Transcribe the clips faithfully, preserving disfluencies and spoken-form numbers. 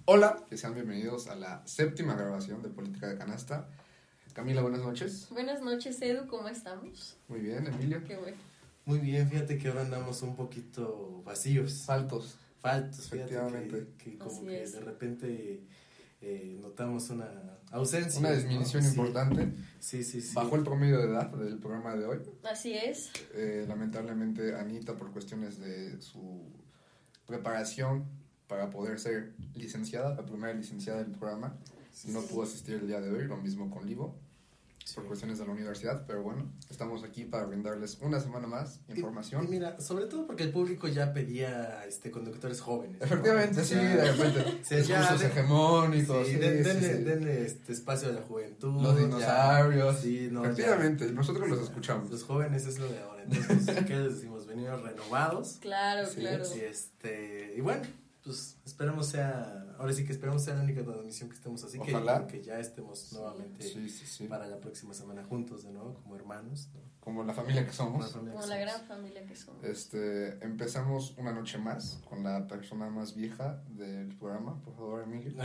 Hola, que sean bienvenidos a la séptima grabación de Política de Canasta. Camila, buenas noches. Buenas noches, Edu, ¿cómo estamos? Muy bien, Emilio. Qué bueno. Muy bien, fíjate que ahora andamos un poquito vacíos. Faltos. Faltos, fíjate Efectivamente. que, que como Así que es. de repente eh, notamos una ausencia. Una disminución ¿no? importante. Sí, sí, sí. Bajó el promedio de edad del programa de hoy. Así es. Eh, lamentablemente, Anita, por cuestiones de su preparación para poder ser licenciada, la primera licenciada del programa, Sí, no sí. pudo asistir el día de hoy, lo mismo con Livo, Sí. por cuestiones de la universidad, pero bueno, estamos aquí para brindarles una semana más Y- información. Y, mira, sobre todo porque el público ya pedía este conductores jóvenes. ¿no? Efectivamente, sí, Ya- de repente, Sí, discursos ya, de- hegemónicos, Sí, sí, den- sí, denle, sí. denle este espacio a la juventud. Los ya. dinosaurios. Sí, no, ya. Efectivamente, nosotros los escuchamos. Los jóvenes es lo de ahora. Entonces, ¿qué les decimos? Venimos renovados. Claro, Sí, claro. Y este, y bueno, pues esperemos sea, ahora sí que esperemos sea la única transmisión que estemos así, que, Ojalá. que ya estemos nuevamente Sí, sí, sí. para la próxima semana juntos de nuevo, como hermanos, ¿no? Como la familia que Como la somos. familia que Como la somos. gran familia que somos. Este, empezamos una noche más con la persona más vieja del programa, por favor, Emilio.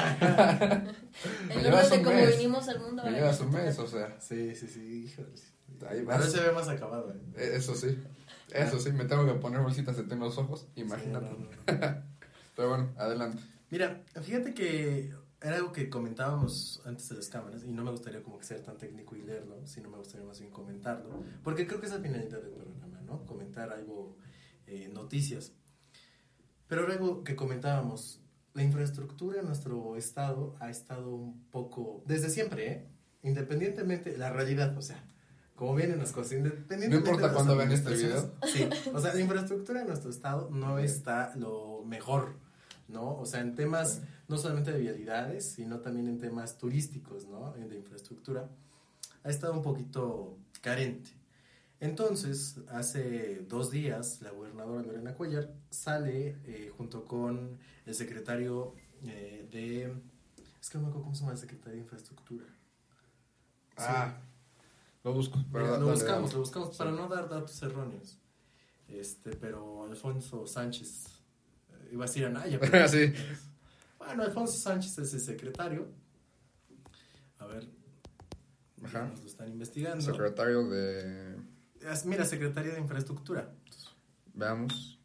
El llevas orden de un cómo mes. vinimos al mundo. Me ahora llevas que un toca. mes, o sea, Sí, sí, sí, híjole. ahí Ahora vas. se ve más acabado, ¿eh? Eh, Eso sí, eso sí, me tengo que poner bolsitas de té en los ojos, imagínate. Sí, no, no, no. Pero bueno, adelante. Mira, fíjate que era algo que comentábamos antes de las cámaras y no me gustaría como que ser tan técnico y leerlo, sino me gustaría más bien comentarlo, porque creo que es la finalidad del programa, ¿no? Comentar algo, eh, noticias. Pero era algo que comentábamos, la infraestructura en nuestro estado ha estado un poco, desde siempre, ¿eh? Independientemente, la realidad, o sea, como vienen las cosas, independientemente No importa de las cuándo vean este administraciones, Sí, o sea, la infraestructura en nuestro estado no está lo mejor, ¿no? O sea, en temas no solamente de vialidades, sino también en temas turísticos, ¿no? De infraestructura, ha estado un poquito carente. Entonces, hace dos días, la gobernadora Lorena Cuellar sale eh, junto con el secretario eh, de... Es que no me acuerdo cómo se llama el secretario de infraestructura. Ah, lo busco. pero Mira, lo dale, buscamos, dale. lo buscamos Sí. para no dar datos erróneos. Este, pero Alfonso Sánchez, eh, iba a decir Anaya, pero Sí. bueno, Alfonso Sánchez es el secretario. A ver, Ajá. ya nos lo están investigando. Secretario de... Es- Mira, secretario de infraestructura. Veamos.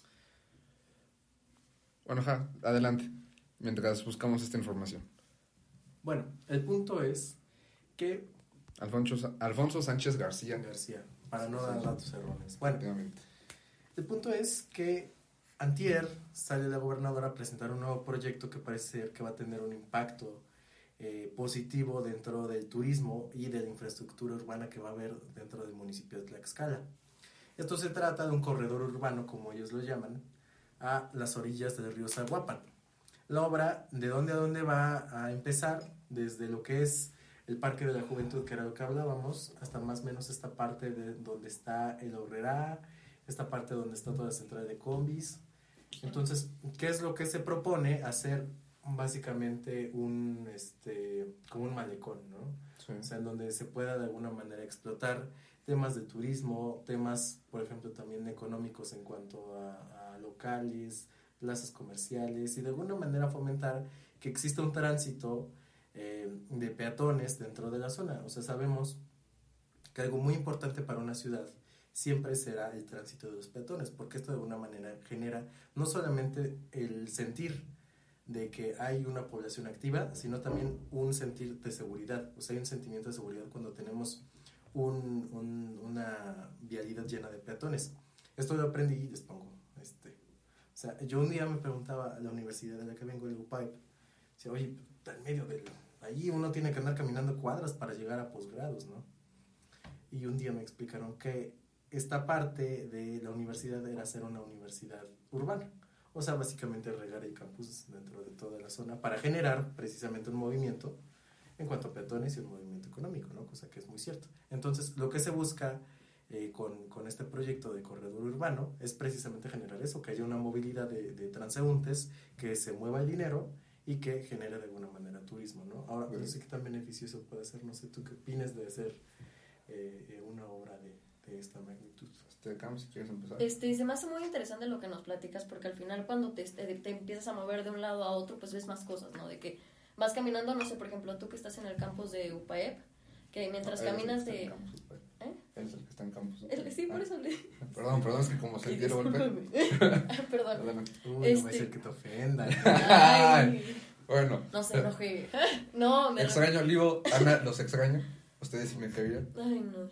Bueno, ajá, adelante. Mientras buscamos esta información. Bueno, el punto es que Alfonso, Alfonso Sánchez García. García, para no dar datos erróneos. Bueno, Efectivamente. el punto es que antier sale la gobernadora a presentar un nuevo proyecto que parece ser que va a tener un impacto eh, positivo dentro del turismo y de la infraestructura urbana que va a haber dentro del municipio de Tlaxcala. Esto se trata de un corredor urbano, como ellos lo llaman, a las orillas del río Zaguapan. La obra, ¿de dónde a dónde va a empezar? Desde lo que es el Parque de la Juventud, que era lo que hablábamos, hasta más o menos esta parte de donde está el Horrera, esta parte donde está toda la central de combis. Entonces, ¿qué es lo que se propone? Hacer básicamente un, este, como un malecón, ¿no? Sí. O sea, en donde se pueda de alguna manera explotar temas de turismo, temas, por ejemplo, también económicos en cuanto a, a locales, plazas comerciales y de alguna manera fomentar que exista un tránsito eh, de peatones dentro de la zona. O sea, sabemos que algo muy importante para una ciudad siempre será el tránsito de los peatones, porque esto de alguna manera genera no solamente el sentir de que hay una población activa, sino también un sentir de seguridad. O sea, hay un sentimiento de seguridad cuando tenemos un, un, una vialidad llena de peatones. Esto lo aprendí y les pongo, este, o sea, yo un día me preguntaba a la universidad de la que vengo, el U P A I, decía, oye, en medio de allí uno tiene que andar caminando cuadras para llegar a posgrados, ¿no? Y un día me explicaron que esta parte de la universidad era ser una universidad urbana. O sea, básicamente regar el campus dentro de toda la zona para generar precisamente un movimiento en cuanto a peatones y un movimiento económico, ¿no? Cosa que es muy cierto. Entonces, lo que se busca eh, con, con este proyecto de corredor urbano es precisamente generar eso, que haya una movilidad de, de transeúntes, que se mueva el dinero y que genere de alguna manera turismo, ¿no? Ahora, no sé qué tan beneficioso puede ser, no sé tú qué opinas de hacer eh, una obra de, de esta magnitud. Este, Cam, si quieres empezar. Este, se me hace muy interesante lo que nos platicas, porque al final cuando te, te, te empiezas a mover de un lado a otro, pues ves más cosas, ¿no? De que vas caminando, no sé, por ejemplo, tú que estás en el campus de U P A E P, que mientras No, caminas él es el que de... está en campus, pues. ¿Eh? Él es el que está en campus. El- sí, por Ah, eso le... Perdón, perdón, es que como se dio golpe. Perdón. Adelante. Uy, no Este- va a ser que te ofendan. Ay, Bueno, no se enoje. No, me... extraño Olivo, Ana, los extraño. Ustedes sí me querían. Ay, no.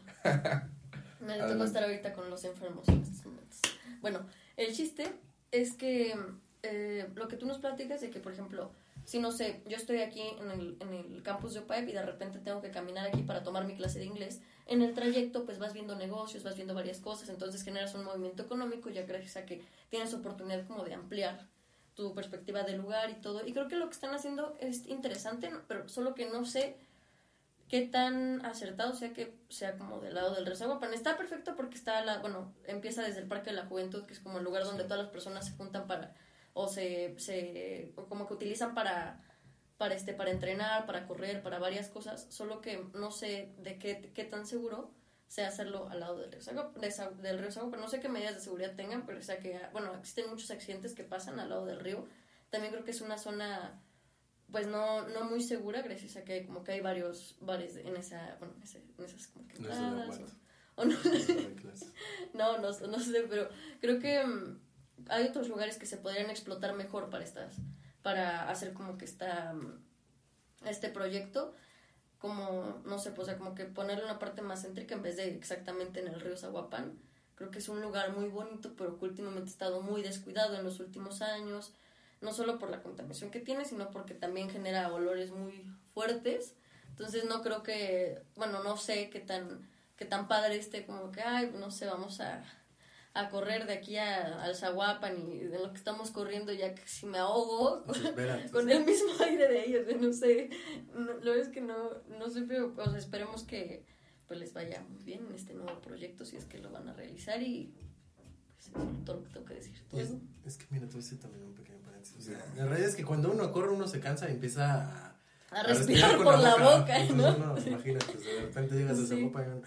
Me tocó Adelante. estar ahorita con los enfermos en estos momentos. Bueno, el chiste es que eh, lo que tú nos platicas de que, por ejemplo, si no sé, yo estoy aquí en el, en el campus de U P A E P y de repente tengo que caminar aquí para tomar mi clase de inglés, en el trayecto pues vas viendo negocios, vas viendo varias cosas, entonces generas un movimiento económico ya gracias a que tienes oportunidad como de ampliar tu perspectiva del lugar y todo. Y creo que lo que están haciendo es interesante, ¿no? Pero solo que no sé qué tan acertado sea que sea como del lado del Rezaguapan. Está perfecto porque está la, bueno, empieza desde el Parque de la Juventud, que es como el lugar donde Sí. todas las personas se juntan para, o se, se o como que utilizan para, para este, para entrenar, para correr, para varias cosas, solo que no sé de qué, qué tan seguro sea hacerlo al lado del río Zaguapan, de esa- del río Zaguapan. No sé qué medidas de seguridad tengan, pero o sea que, bueno, existen muchos accidentes que pasan al lado del río. También creo que es una zona pues no, no muy segura, gracias a que como que hay varios bares en esa, bueno, en, ese, en esas como que No es de la entradas, Guardia. o, o no, No es de la clase. no, no, no sé, pero creo que mm, hay otros lugares que se podrían explotar mejor para estas, para hacer como que esta, mm, este proyecto, como, no sé, pues, o sea, como que ponerle una parte más céntrica en vez de exactamente en el río Zaguapan. Creo que es un lugar muy bonito, pero que últimamente ha estado muy descuidado en los últimos años, no solo por la contaminación que tiene, sino porque también genera olores muy fuertes. Entonces no creo que, bueno, no sé qué tan, qué tan padre esté como que, ay, no sé, vamos a, a correr de aquí a, al Zaguapan y de lo que estamos corriendo ya que si me ahogo con, Entonces, espera, con el mismo aire de ellos, no sé, no, lo es que no, no sé, pero o sea, esperemos que pues les vaya muy bien en este nuevo proyecto, si es que lo van a realizar y pues eso es todo lo que tengo que decir. ¿Tú, Es, Edu? es que mira, te voy a decir también un pequeño paréntesis. O sea, la realidad es que cuando uno corre, uno se cansa y empieza a, A respirar con por la boca, Entonces, ¿no? uno, imagínate, de repente llegas a esa Sí. copa y uno-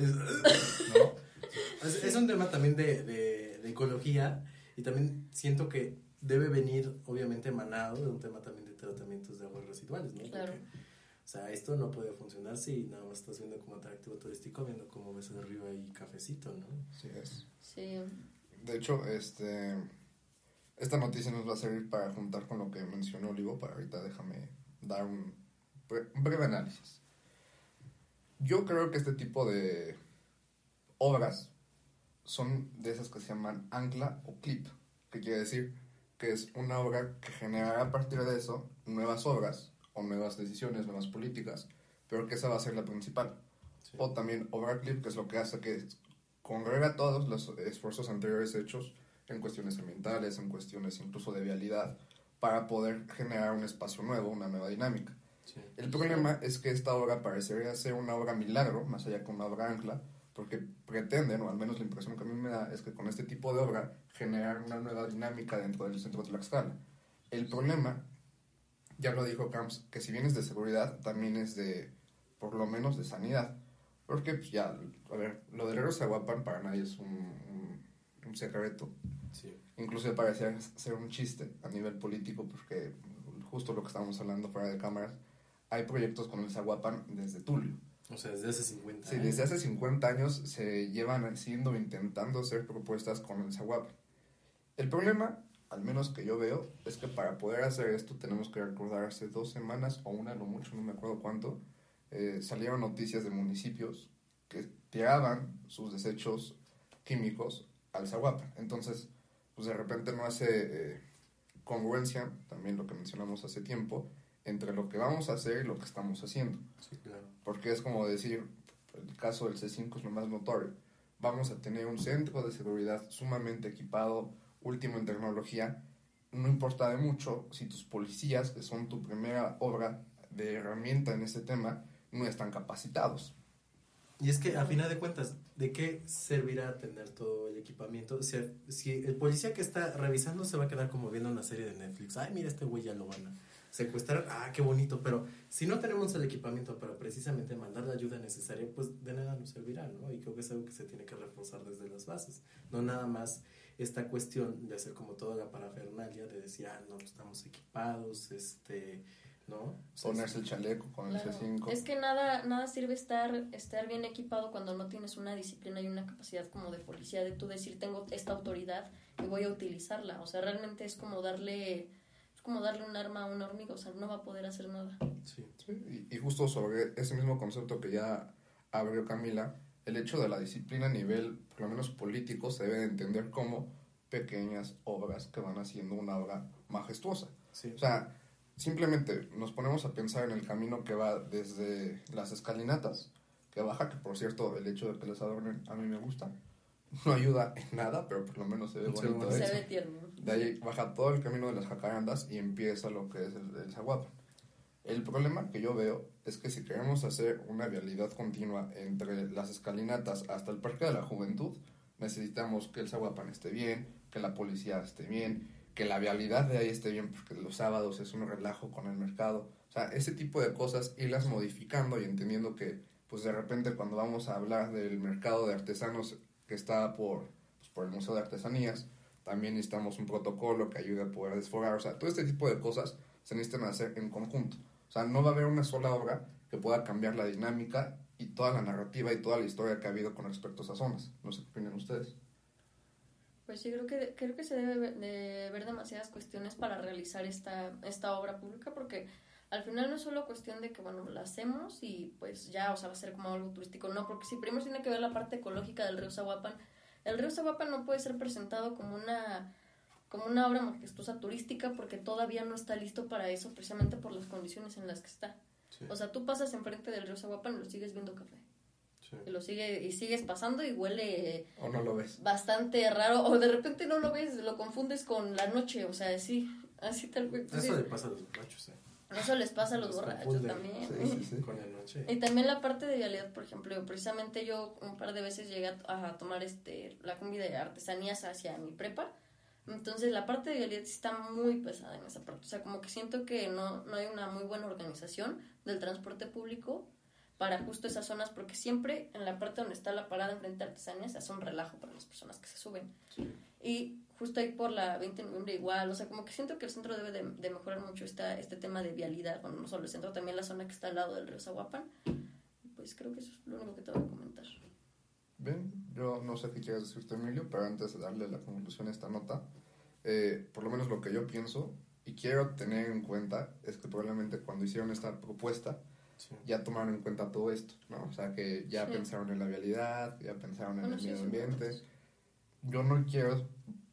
es, ¿no? Es, es un tema también de, de, de ecología y también siento que debe venir, obviamente, emanado de un tema también de tratamientos de aguas residuales, ¿no? Claro. Porque, o sea, esto no puede funcionar si nada más estás viendo como atractivo turístico, viendo cómo ves el río ahí cafecito, ¿no? Sí es. Sí. De hecho, este, esta noticia nos va a servir para juntar con lo que mencionó Olivo, para ahorita déjame dar un, bre- un breve análisis. Yo creo que este tipo de obras son de esas que se llaman ancla o clip, que quiere decir que es una obra que generará a partir de eso nuevas obras o nuevas decisiones, nuevas políticas, pero que esa va a ser la principal. Sí. O también obra clip, que es lo que hace que congrega todos los esfuerzos anteriores hechos en cuestiones ambientales, en cuestiones incluso de vialidad, para poder generar un espacio nuevo, una nueva dinámica. Sí. El problema es que esta obra parecería ser una obra milagro, más allá que una obra ancla, porque pretenden, o al menos la impresión que a mí me da, es que con este tipo de obra generar una nueva dinámica dentro del centro de Tlaxcala. El problema, ya lo dijo Camps, que si bien es de seguridad, también es de, por lo menos, de sanidad. Porque, pues ya, a ver, lo del río Zaguapan para nadie es un, un, un secreto. Sí. Incluso parecía ser un chiste a nivel político, porque justo lo que estábamos hablando fuera de cámaras, hay proyectos con el Zaguapan desde Tulio. O sea, desde hace cincuenta Sí, años. desde hace cincuenta años se llevan haciendo, intentando hacer propuestas con el Zaguapan. El problema, al menos que yo veo, es que para poder hacer esto tenemos que recordar hace dos semanas o una, lo mucho, no me acuerdo cuánto, eh, salieron noticias de municipios que tiraban sus desechos químicos al Zaguapan. Entonces, pues de repente no hace eh, congruencia, también lo que mencionamos hace tiempo, entre lo que vamos a hacer y lo que estamos haciendo. Sí, claro. Porque es como decir, el caso del C cinco es lo más notorio. Vamos a tener un centro de seguridad sumamente equipado, último en tecnología. No importa de mucho si tus policías, que son tu primera obra de herramienta en este tema, no están capacitados. Y es que a final de cuentas, ¿de qué servirá tener todo el equipamiento? Si, si el policía que está revisando se va a quedar como viendo una serie de Netflix, ay, mira, este güey ya lo van a secuestrar, ah, qué bonito, pero si no tenemos el equipamiento para precisamente mandar la ayuda necesaria, pues de nada nos servirá, ¿no? Y creo que es algo que se tiene que reforzar desde las bases, no nada más esta cuestión de hacer como toda la parafernalia, de decir, ah, no, pues estamos equipados, este, ¿no? O sea, ponerse el chaleco con Claro. el C cinco. Es que nada, nada sirve estar, estar bien equipado cuando no tienes una disciplina y una capacidad como de policía, de tú decir, tengo esta autoridad y voy a utilizarla. O sea, realmente es como darle, es como darle un arma a una hormiga, o sea, no va a poder hacer nada. sí. Sí, y, y justo sobre ese mismo concepto que ya abrió Camila, el hecho de la disciplina a nivel, por lo menos político, se debe de entender como pequeñas obras que van haciendo una obra majestuosa. Sí. O sea, simplemente nos ponemos a pensar en el camino que va desde las escalinatas, que baja, que por cierto, el hecho de que les adornen a mí me gusta. No ayuda en nada, pero por lo menos se ve Se ve bonito bonito. eso. Se ve tierno. De ahí baja todo el camino de las jacarandas y empieza lo que es el, el Zaguapan. El problema que yo veo es que si queremos hacer una vialidad continua entre las escalinatas hasta el Parque de la Juventud, necesitamos que el Zaguapan esté bien, que la policía esté bien, que la vialidad de ahí esté bien, porque los sábados es un relajo con el mercado. O sea, ese tipo de cosas, irlas modificando y entendiendo que, pues de repente cuando vamos a hablar del mercado de artesanos que está por, pues, por el Museo de Artesanías, también necesitamos un protocolo que ayude a poder desfogar. O sea, todo este tipo de cosas se necesitan hacer en conjunto. O sea, no va a haber una sola obra que pueda cambiar la dinámica y toda la narrativa y toda la historia que ha habido con respecto a esas zonas. No sé qué opinan ustedes. Pues sí, creo que, creo que se debe ver- de ver demasiadas cuestiones para realizar esta, esta obra pública, porque al final no es solo cuestión de que, bueno, la hacemos y pues ya, o sea, va a ser como algo turístico, no, porque sí, primero tiene que ver la parte ecológica del río Zaguapan. El río Zaguapan no puede ser presentado como una, como una obra majestuosa turística porque todavía no está listo para eso, precisamente por las condiciones en las que está. Sí. O sea, tú pasas enfrente del río Zaguapan y lo sigues viendo café. Sí. Y lo sigue, y sigues pasando y huele ¿O no lo ves? bastante raro, o de repente no lo ves, lo confundes con la noche, o sea, así, así tal cual. Entonces, Eso le pasa a los borrachos, ¿eh? eso les pasa a los Los borrachos confunden. también. Sí, sí, sí. Con la noche. Y también la parte de vialidad, por ejemplo, precisamente yo un par de veces llegué a, a tomar este la combi de artesanías hacia mi prepa. Entonces la parte de vialidad sí está muy pesada en esa parte. O sea, como que siento que no, no hay una muy buena organización del transporte público para justo esas zonas, porque siempre en la parte donde está la parada enfrente de artesanías se hace un relajo para las personas que se suben. Sí. Y justo ahí por la veinte de noviembre igual, o sea, como que siento que el centro debe de, de mejorar mucho esta, este tema de vialidad, bueno, no solo el centro, también la zona que está al lado del río Zaguapan. Pues creo que eso es lo único que te voy a comentar. Bien, yo no sé qué quieres decirte, Emilio, pero antes de darle la conclusión a esta nota, eh, por lo menos lo que yo pienso y quiero tener en cuenta es que probablemente cuando hicieron esta propuesta Sí. ya tomaron en cuenta todo esto, ¿no? O sea, que ya Sí. pensaron en la vialidad, ya pensaron en Bueno, el sí, medio sí, ambiente. sí. Yo no quiero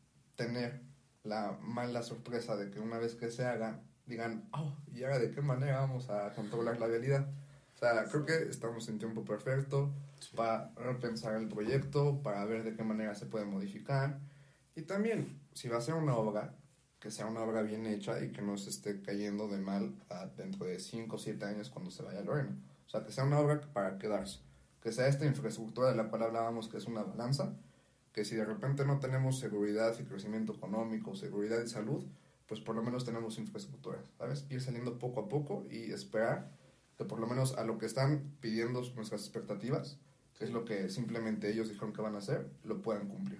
tener la mala sorpresa de que una vez que se haga, digan, oh, ¿y ahora de qué manera vamos a controlar la vialidad? O sea, creo que estamos en tiempo perfecto Sí. para repensar el proyecto, para ver de qué manera se puede modificar. Y también, si va a ser una obra, que sea una obra bien hecha y que no se esté cayendo de mal a dentro de cinco o siete años cuando se vaya a Lorena. O sea, que sea una obra para quedarse. Que sea esta infraestructura de la cual hablábamos, que es una balanza, que si de repente no tenemos seguridad y crecimiento económico, seguridad y salud, pues por lo menos tenemos infraestructura, ¿sabes? Ir saliendo poco a poco y esperar que por lo menos a lo que están pidiendo nuestras expectativas, que es lo que simplemente ellos dijeron que van a hacer, lo puedan cumplir.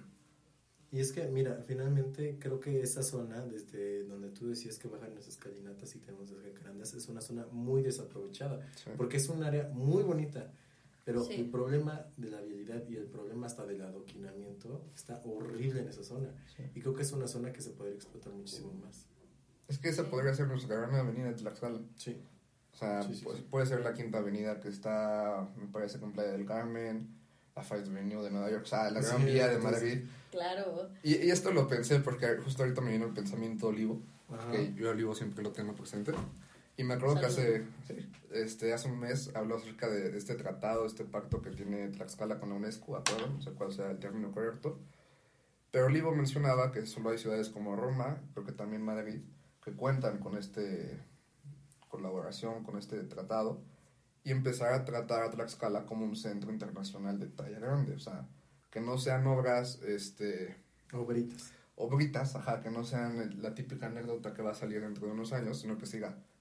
Y es que, mira, finalmente creo que esa zona, desde donde tú decías que bajan las escalinatas y tenemos las jacarandas, es una zona muy desaprovechada, Sí. porque es un área muy bonita, pero Sí. el problema de la vialidad y el problema hasta del adoquinamiento está horrible en esa zona. Sí. Y creo que es una zona que se podría explotar muchísimo más. Es que esa Sí. podría ser nuestra gran avenida de Tlaxcala. Sí. O sea, Sí, sí, pues, sí. puede ser la quinta avenida que está, me parece que en Playa del Carmen, la Fifth Avenue de Nueva York, o sea, la gran Sí, vía de entonces- Madrid. Claro. Y, y esto lo pensé porque justo ahorita me vino el pensamiento Olivo, Ajá. que yo Olivo siempre lo tengo presente. Y me acuerdo que hace, sí, este, hace un mes habló acerca de, de este tratado, este pacto que tiene Tlaxcala con la UNESCO, acuerdo, no sé cuál sea el término correcto. Pero Olivo mencionaba que solo hay ciudades como Roma, creo que también Madrid, que cuentan con este colaboración, con este tratado, y empezar a tratar a Tlaxcala como un centro internacional de talla grande, o sea, que no sean obras, este, Obritas. obritas, ajá, que no sean el- la típica anécdota que va a salir dentro de unos años, sino que siga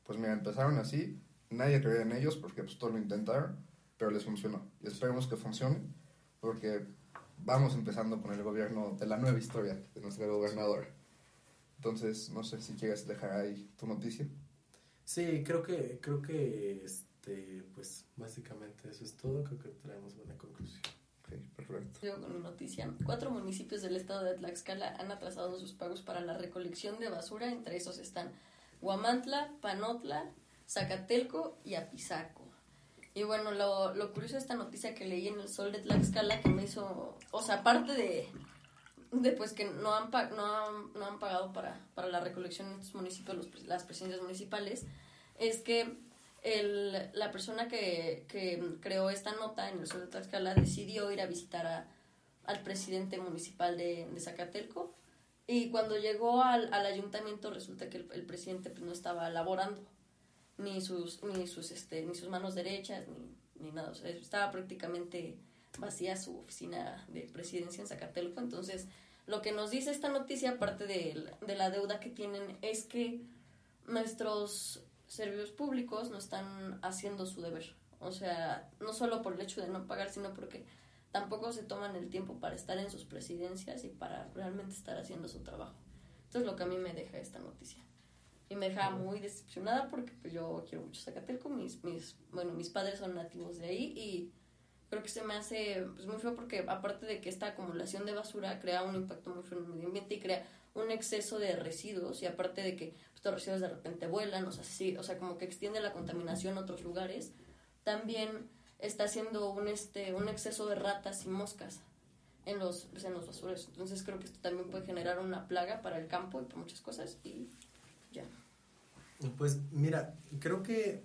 Pues mira, empezaron así, nadie creía en ellos porque pues todo lo intentaron, pero les funcionó. Y esperemos que funcione, porque vamos empezando con el gobierno de la nueva historia de nuestra gobernadora. Entonces, no sé si quieres dejar ahí tu noticia. Sí, creo que, creo que, este, pues, básicamente eso es todo. Creo que traemos buena conclusión. Ok, perfecto. Yo con mi noticia. Cuatro municipios del estado de Tlaxcala han atrasado sus pagos para la recolección de basura. Entre esos están Huamantla, Panotla, Zacatelco y Apizaco. Y bueno, lo, lo curioso de esta noticia que leí en el Sol de Tlaxcala, que me hizo, o sea, aparte de, de pues que no han, no han, no han pagado para, para la recolección en estos municipios, los, las presidencias municipales, es que el, la persona que, que creó esta nota en el Sol de Tlaxcala decidió ir a visitar a, al presidente municipal de, de Zacatelco, y cuando llegó al, al ayuntamiento resulta que el, el presidente pues, no estaba laborando, ni sus ni sus este ni sus manos derechas ni, ni nada, o sea, estaba prácticamente vacía su oficina de presidencia en Zacatelco. Entonces lo que nos dice esta noticia, aparte de, de la deuda que tienen, es que nuestros servicios públicos no están haciendo su deber, o sea, no solo por el hecho de no pagar, sino porque tampoco se toman el tiempo para estar en sus presidencias y para realmente estar haciendo su trabajo. Esto es lo que a mí me deja esta noticia. Y me deja muy decepcionada porque pues, yo quiero mucho Zacatelco, mis, mis, bueno, mis padres son nativos de ahí y creo que se me hace pues, muy feo porque aparte de que esta acumulación de basura crea un impacto muy feo en el medio ambiente y crea un exceso de residuos, y aparte de que pues, estos residuos de repente vuelan, o sea, sí, o sea, como que extiende la contaminación a otros lugares, también está haciendo un, este, un exceso de ratas y moscas en los, pues, en los basureros. Entonces creo que esto también puede generar una plaga para el campo y para muchas cosas y ya. Pues mira, creo que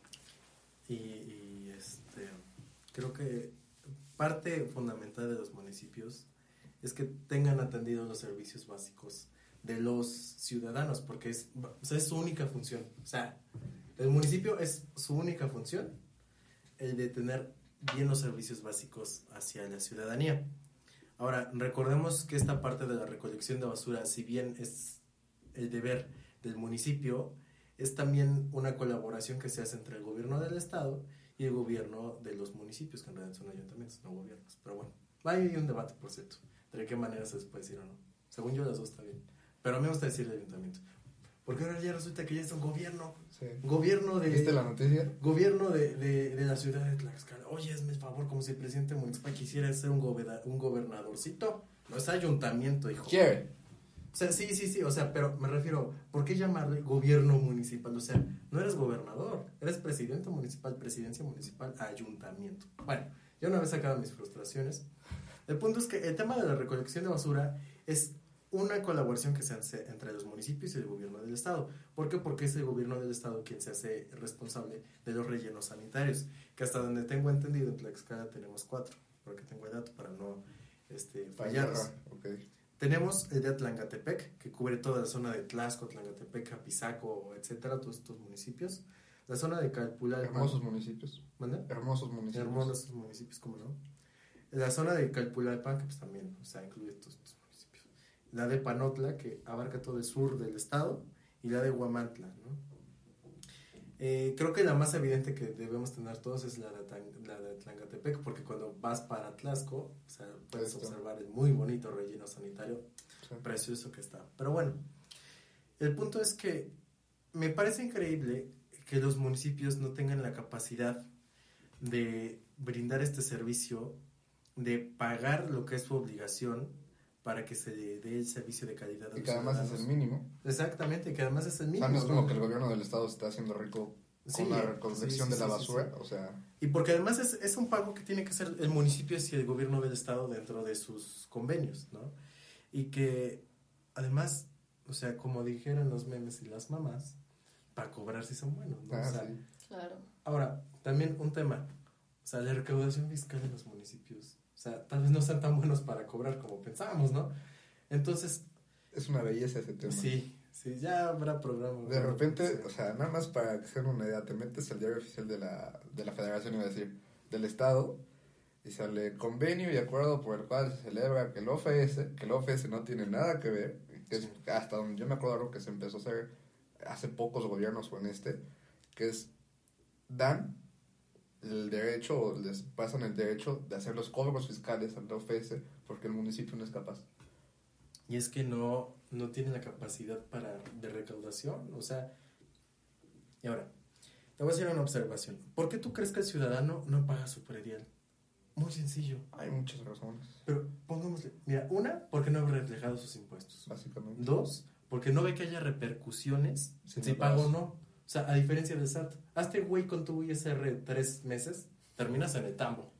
y, y este creo que parte fundamental de los municipios es que tengan atendidos los servicios básicos de los ciudadanos, porque es, o sea, es su única función. O sea, el municipio es su única función, el de tener bien los servicios básicos hacia la ciudadanía. Ahora, recordemos que esta parte de la recolección de basura, si bien es el deber del municipio, es también una colaboración que se hace entre el gobierno del estado y el gobierno de los municipios, que en realidad son ayuntamientos, no gobiernos. Pero bueno, hay un debate, por cierto, de qué manera se les puede decir o no. Según yo, las dos está bien. Pero a mí me gusta decir el ayuntamiento, porque ahora ya resulta que ya es un gobierno. Sí. Gobierno de... ¿Viste la noticia? Gobierno de, de, de la ciudad de Tlaxcala. Oye, hazme el favor, como si el presidente municipal quisiera ser un, gobeda, un gobernadorcito. No es ayuntamiento, hijo. ¿Quiere? O sea, sí, sí, sí, o sea, pero me refiero, ¿por qué llamarle gobierno municipal? O sea, no eres gobernador, eres presidente municipal, presidencia municipal, ayuntamiento. Bueno, ya una vez sacado mis frustraciones, el punto es que el tema de la recolección de basura es una colaboración que se hace entre los municipios y el gobierno del estado. ¿Por qué? Porque es el gobierno del estado quien se hace responsable de los rellenos sanitarios, que hasta donde tengo entendido en Tlaxcala tenemos cuatro, porque tengo el dato para no este, fallarlos. Okay. Tenemos el de Atlangatepec, que cubre toda la zona de Tlaxco, Atlangatepec, Apizaco, etcétera, todos estos municipios. La zona de Calpulalpan. Hermosos municipios. ¿Manda? Hermosos municipios. Hermosos municipios, ¿cómo no? La zona de Calpulalpan, que pues también, o sea, incluye todos estos municipios. La de Panotla, que abarca todo el sur del estado, y la de Huamantla, ¿no? Eh, creo que la más evidente que debemos tener todos es la de, la de Atlangatepec, porque cuando vas para Tlaxco, o sea, puedes Esto. observar el muy bonito relleno sanitario, sí. Precioso que está. Pero bueno, el punto es que me parece increíble que los municipios no tengan la capacidad de brindar este servicio, de pagar lo que es su obligación para que se le dé el servicio de calidad a los y que además ciudadanos. Es el mínimo. Exactamente, que además es el mínimo. O sea, no es como que el gobierno del estado está haciendo rico con sí, la recolección sí, sí, de la sí, basura, sí, sí. O sea... Y porque además es, es un pago que tiene que hacer el municipio hacia el gobierno del estado dentro de sus convenios, ¿no? Y que además, o sea, como dijeron los memes y las mamás, para cobrar si son buenos, ¿no? Ah, o sea, sí. Claro. Ahora, también un tema, o sea, la recaudación fiscal de los municipios. O sea, tal vez no sean tan buenos para cobrar como pensábamos, ¿no? Entonces... Es una belleza ese tema. Sí, sí, ya habrá programa. De repente, sí. O sea, nada más para que se den una idea, te metes al diario oficial de la, de la federación, iba a decir, del estado, y sale convenio y acuerdo por el cual se celebra que el O F S, que el O F S no tiene nada que ver, que es hasta donde yo me acuerdo que se empezó a hacer hace pocos gobiernos o en este, que es, dan el derecho, o les pasan el derecho de hacer los cobros fiscales al O F S porque el municipio no es capaz. Y es que no, no tiene la capacidad para, de recaudación, o sea, y ahora, te voy a hacer una observación. ¿Por qué tú crees que el ciudadano no paga su predial? Muy sencillo. Hay muchas razones. Pero pongámosle, mira, una, porque no ve reflejado sus impuestos. Básicamente. Dos, porque no ve que haya repercusiones Sí, si no pago o pagas. no. O sea, a diferencia del S A T, hazte güey con tu I S R tres meses, terminas en el tambo.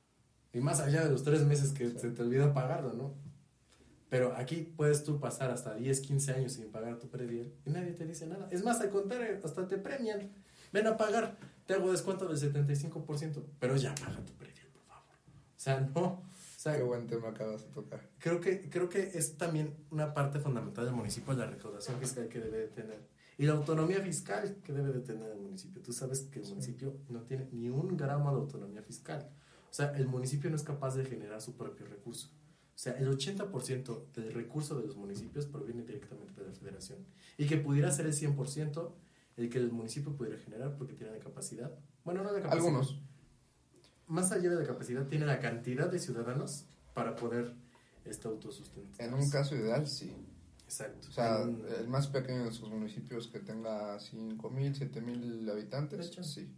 Y más allá de los tres meses que Sí. se te olvida pagarlo, ¿no? Pero aquí puedes tú pasar hasta diez, quince años sin pagar tu predial y nadie te dice nada. Es más, al contrario, hasta te premian. Ven a pagar, te hago descuento del setenta y cinco por ciento, pero ya paga tu predial, por favor. O sea, no. O sea, Qué buen tema acabas de tocar. creo que, creo que es también una parte fundamental del municipio, la recaudación fiscal que debe de tener. Y la autonomía fiscal que debe de tener el municipio. Tú sabes que el Sí. municipio no tiene ni un gramo de autonomía fiscal. O sea, el municipio no es capaz de generar su propio recurso. O sea, el ochenta por ciento del recurso de los municipios proviene directamente de la federación. Y que pudiera ser el cien por ciento el que el municipio pudiera generar porque tiene la capacidad. Bueno, no la capacidad. Algunos. Más allá de la capacidad, tiene la cantidad de ciudadanos para poder este, autosustentarse. En un caso ideal, sí. Exacto. O sea, En un- el más pequeño de sus municipios que tenga cinco mil, siete mil habitantes, De hecho. sí.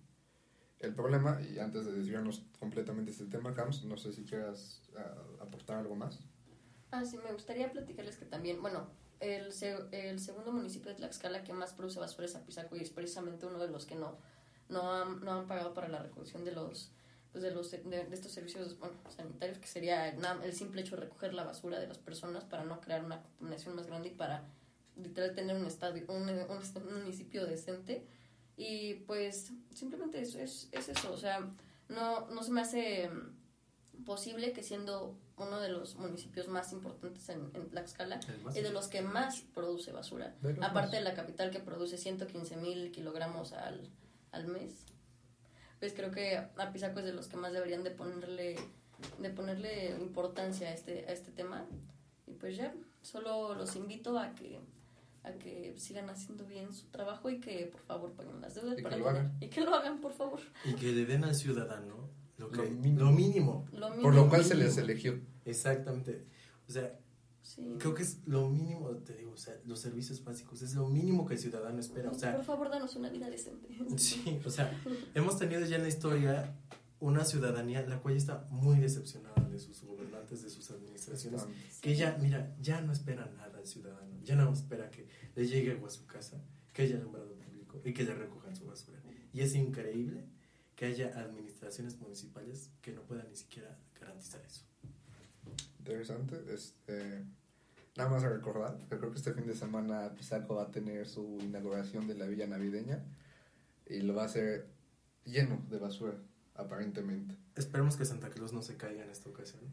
El problema, y antes de desviarnos completamente de este tema, Cams, no sé si quieras uh, aportar algo más. Ah, sí, me gustaría platicarles que también, bueno, el, se- el segundo municipio de Tlaxcala que más produce basura es Apizaco y es precisamente uno de los que no, no, han, no han pagado para la recolección de los pues de los de, de estos servicios, bueno, sanitarios, que sería na- el simple hecho de recoger la basura de las personas para no crear una contaminación más grande y para literal tener un estadio, un, un, un municipio decente. Y pues simplemente eso es, es eso, o sea, no, no se me hace posible que siendo uno de los municipios más importantes en, en Tlaxcala el más- y de los que más produce basura, De los aparte más. de la capital que produce ciento quince mil kilogramos al, al mes, pues creo que Apizaco es de los que más deberían de ponerle de ponerle importancia a este, a este tema. Y pues ya, solo los invito a que a que sigan haciendo bien su trabajo y que por favor paguen las deudas Y para que el lo dinero. hagan. Y que lo hagan, por favor. Y que le den al ciudadano lo, que, Lo lo mínimo. mínimo. Lo Por mínimo. lo cual se mínimo. les eligió. Exactamente. O sea, Sí. creo que es lo mínimo, te digo, o sea, los servicios básicos es lo mínimo que el ciudadano espera. O sea, por favor, danos una vida decente. sí, o sea, hemos tenido ya en la historia una ciudadanía la cual está muy decepcionada de sus gobernantes, de sus administraciones, Sí. que ya, mira, ya no espera nada al ciudadano, ya no espera que le llegue agua a su casa, que haya alumbrado público y que le recojan su basura. Y es increíble que haya administraciones municipales que no puedan ni siquiera garantizar eso. Interesante. Este, nada más a recordar que creo que este fin de semana Pisaco va a tener su inauguración de la villa navideña y lo va a hacer lleno de basura, aparentemente. Esperemos que Santa Claus no se caiga en esta ocasión.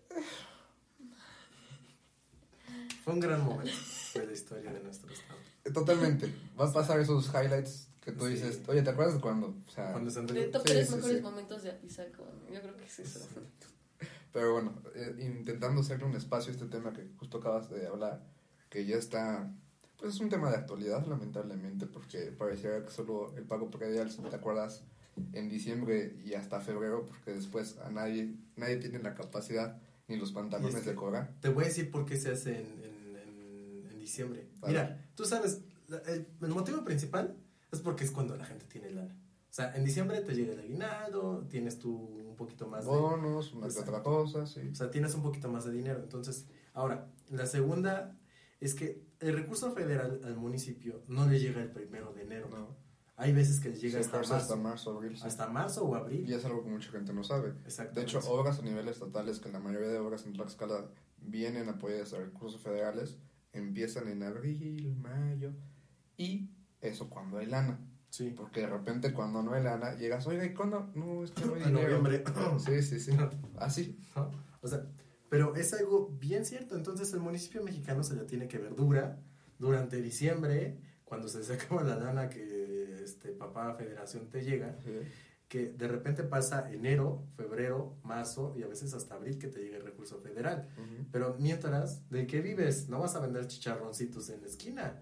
Fue un gran momento de la historia de nuestro estado. Eh, Totalmente. Va a pasar esos highlights que tú Sí. dices, oye, ¿te acuerdas de cuándo? O sea, Cuando Santa De Claus... top Sí, tres sí, mejores sí. momentos de Apizaco. Yo creo que es eso. pero bueno, eh, intentando hacerle un espacio a este tema que justo acabas de hablar, que ya está, pues es un tema de actualidad, lamentablemente, porque pareciera que solo el pago predial, si te acuerdas, en diciembre y hasta febrero, porque después a nadie, nadie tiene la capacidad ni los pantalones Y es que- de cobrar. Te voy a decir por qué se hace en, en, en, en diciembre. Vale. Mira, tú sabes, la- el, el motivo principal es porque es cuando la gente tiene lana. O sea, en diciembre te llega el aguinaldo, tienes tú un poquito más de... Bonos, una que Exacto. otra cosa, sí. O sea, tienes un poquito más de dinero. Entonces, ahora, la segunda es que el recurso federal al municipio no le llega el primero de enero. No. Hay veces que le llega Sí, hasta, hasta, marzo, hasta marzo, abril. Sí. hasta marzo o abril. Y es algo que mucha gente no sabe. Exactamente. De hecho, obras a nivel estatal, es que la mayoría de obras en Tlaxcala vienen apoyadas a recursos federales, empiezan en abril, mayo, y eso cuando hay lana. Sí. Porque de repente cuando no hay lana, llegas, oiga, ¿y cuándo? No, es que no hay En dinero. noviembre. Sí, sí, sí. Así. ¿No? O sea, pero es algo bien cierto. Entonces el municipio mexicano se la tiene que ver dura durante diciembre, cuando se les acaba la lana que este papá federación te llega, Sí. que de repente pasa enero, febrero, marzo y a veces hasta abril que te llegue el recurso federal. Ujú. Pero mientras, ¿de qué vives? No vas a vender chicharroncitos en la esquina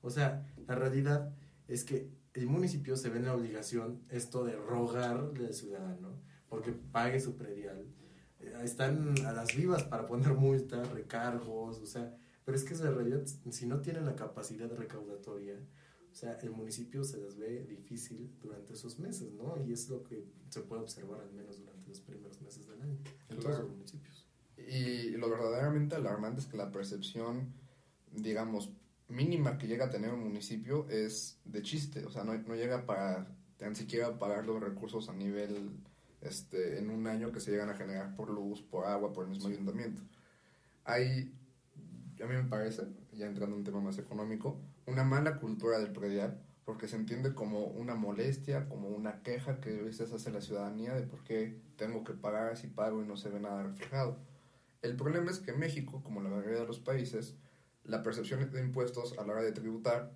O sea, la realidad es que el municipio se ve en la obligación esto de rogarle al ciudadano porque pague su predial. Eh, están a las vivas para poner multas, recargos, o sea, pero es que en realidad, si no tienen la capacidad recaudatoria, o sea, el municipio se les ve difícil durante esos meses, ¿no? Y es lo que se puede observar al menos durante los primeros meses del año en todos los municipios. Y lo verdaderamente alarmante es que la percepción, digamos, mínima que llega a tener un municipio es de chiste, o sea, no, no llega para tan siquiera pagar los recursos a nivel, este, en un año que se llegan a generar por luz, por agua, por el mismo ayuntamiento. Hay, a mí me parece, ya entrando en un tema más económico, una mala cultura del predial, porque se entiende como una molestia, como una queja que a veces hace la ciudadanía de por qué tengo que pagar si pago y no se ve nada reflejado. El problema es que en México, como la mayoría de los países, la percepción de impuestos a la hora de tributar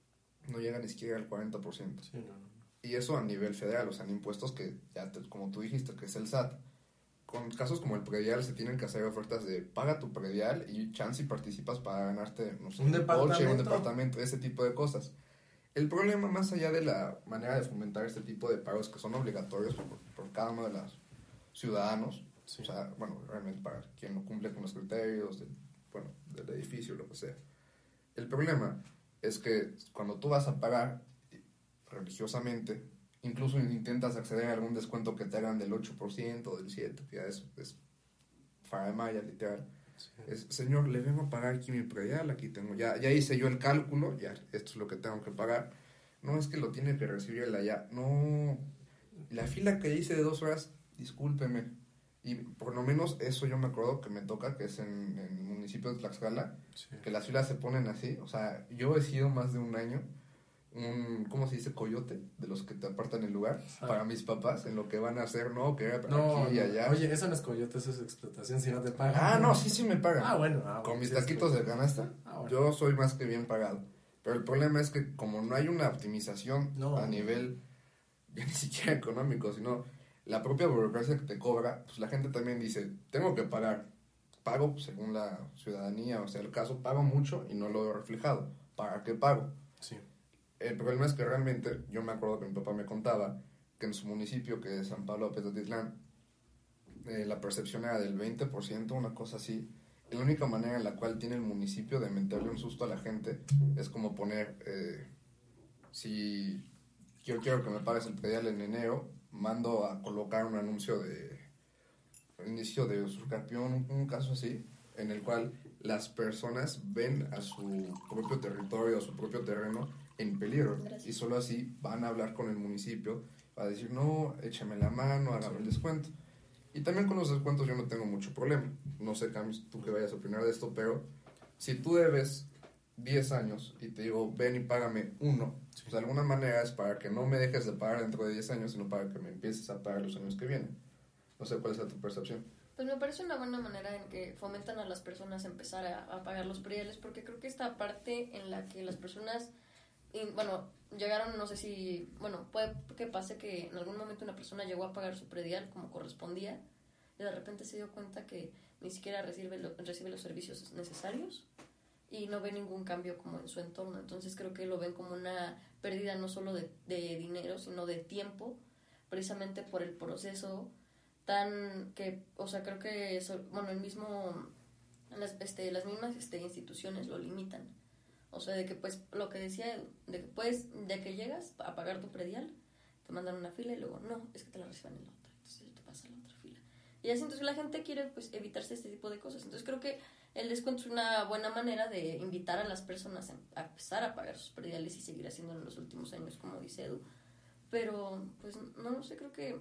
no llega ni siquiera al cuarenta por ciento. Sí, no, no. Y eso a nivel federal, o sea, en impuestos que, ya te, como tú dijiste, que es el S A T. Con casos como el predial se tienen que hacer ofertas de paga tu predial y chance y participas para ganarte, no sé, un, un coche, un departamento, ese tipo de cosas. El problema, más allá de la manera de fomentar este tipo de pagos que son obligatorios por, por cada uno de los ciudadanos, sí. O sea, bueno, realmente para quien no cumple con los criterios del, bueno, del edificio, lo que sea. El problema es que cuando tú vas a pagar religiosamente, incluso intentas acceder a algún descuento que te hagan del ocho por ciento o del siete por ciento, que ya es, es faramaya, literal. Sí. Es, señor, le vengo a pagar aquí mi predial, aquí tengo, ya, ya hice yo el cálculo, ya, esto es lo que tengo que pagar. No, es que lo tiene que recibir el allá. No, la fila que hice de dos horas, discúlpeme. Y por lo menos eso yo me acuerdo que me toca, que es en, en el municipio de Tlaxcala, sí. Que las filas se ponen así. O sea, yo he sido más de un año un, ¿cómo se dice? Coyote, de los que te apartan el lugar, ah. para mis papás, en lo que van a hacer, no, que era no, aquí y allá. Oye, eso no es coyote, eso es explotación, si no te pagan. Ah, no, sí, sí me pagan. Ah, bueno. Ah, Con bueno, mis sí taquitos es de canasta, ah, bueno. Yo soy más que bien pagado. Pero el problema es que como no hay una optimización no. a nivel, ya ni siquiera económico, sino la propia burocracia que te cobra, pues la gente también dice, tengo que pagar. Pago según la ciudadanía, o sea, el caso, pago mucho y no lo veo reflejado. ¿Para qué pago? Sí. El problema es que realmente, yo me acuerdo que mi papá me contaba que en su municipio, que es San Pablo Apetatitlán, eh, la percepción era del veinte por ciento, una cosa así. Y la única manera en la cual tiene el municipio de meterle un susto a la gente es como poner, eh, si yo quiero que me pagues el predial en enero, mando a colocar un anuncio de inicio de usurpación, un, un caso así, en el cual las personas ven a su propio territorio, a su propio terreno en peligro. Gracias. Y solo así van a hablar con el municipio para decir, no, échame la mano, hágame el descuento. Y también con los descuentos yo no tengo mucho problema. No sé, Camis, tú que vayas a opinar de esto, pero si tú debes diez años y te digo, ven y págame uno, sí. Pues de alguna manera es para que no me dejes de pagar dentro de diez años, sino para que me empieces a pagar los años que vienen. No sé cuál es tu percepción. Pues me parece una buena manera en que fomentan a las personas a empezar a, a pagar los prediales, porque creo que esta parte en la que las personas, y, bueno, llegaron, no sé si, bueno, puede que pase que en algún momento una persona llegó a pagar su predial como correspondía y de repente se dio cuenta que ni siquiera recibe, lo, recibe los servicios necesarios y no ve ningún cambio como en su entorno. Entonces creo que lo ven como una pérdida no solo de, de dinero, sino de tiempo, precisamente por el proceso tan que, o sea, creo que eso, bueno, el mismo las, este, las mismas este, instituciones lo limitan. O sea, de que pues lo que decía, de que puedes, de que llegas a pagar tu predial, te mandan una fila y luego no, es que te la reciban en la otra, entonces te pasa a la otra fila. Y así entonces la gente quiere pues evitarse este tipo de cosas. Entonces creo que el descuento es una buena manera de invitar a las personas a empezar a pagar sus prediales y seguir haciéndolo en los últimos años, como dice Edu. Pero pues no lo sé, creo que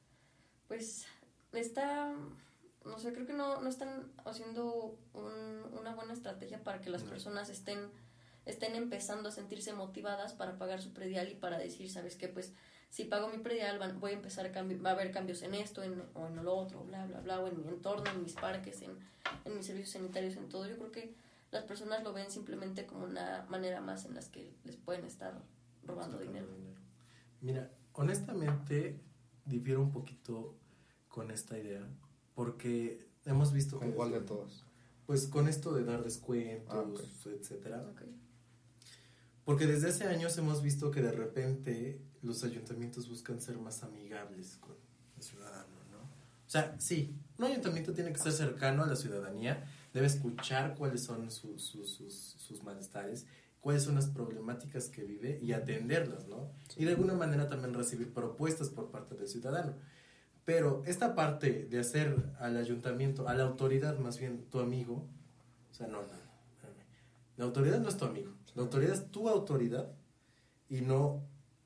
pues está, no sé, creo que no, no están haciendo un, una buena estrategia para que las no. personas estén, estén empezando a sentirse motivadas para pagar su predial y para decir, ¿sabes qué? Pues si pago mi predial van, voy a empezar a cambiar, va a haber cambios en esto en, o en lo otro, bla, bla, bla, o en mi entorno, en mis parques, en, en mis servicios sanitarios, en todo. Yo creo que las personas lo ven simplemente como una manera más en las que les pueden estar robando dinero. dinero. Mira, honestamente difiero un poquito con esta idea, porque hemos visto... ¿Con cuál de todas? Pues con esto de dar descuentos, ah, okay. etcétera. Okay. Porque desde hace años hemos visto que de repente los ayuntamientos buscan ser más amigables con el ciudadano, ¿no? O sea, sí, un ayuntamiento tiene que ser cercano a la ciudadanía, debe escuchar cuáles son sus, sus, sus, sus malestares, cuáles son las problemáticas que vive y atenderlas, ¿no? Y de alguna manera también recibir propuestas por parte del ciudadano. Pero esta parte de hacer al ayuntamiento, a la autoridad más bien, tu amigo, o sea, no, no, no, espérame. La autoridad no es tu amigo, la autoridad es tu autoridad y no,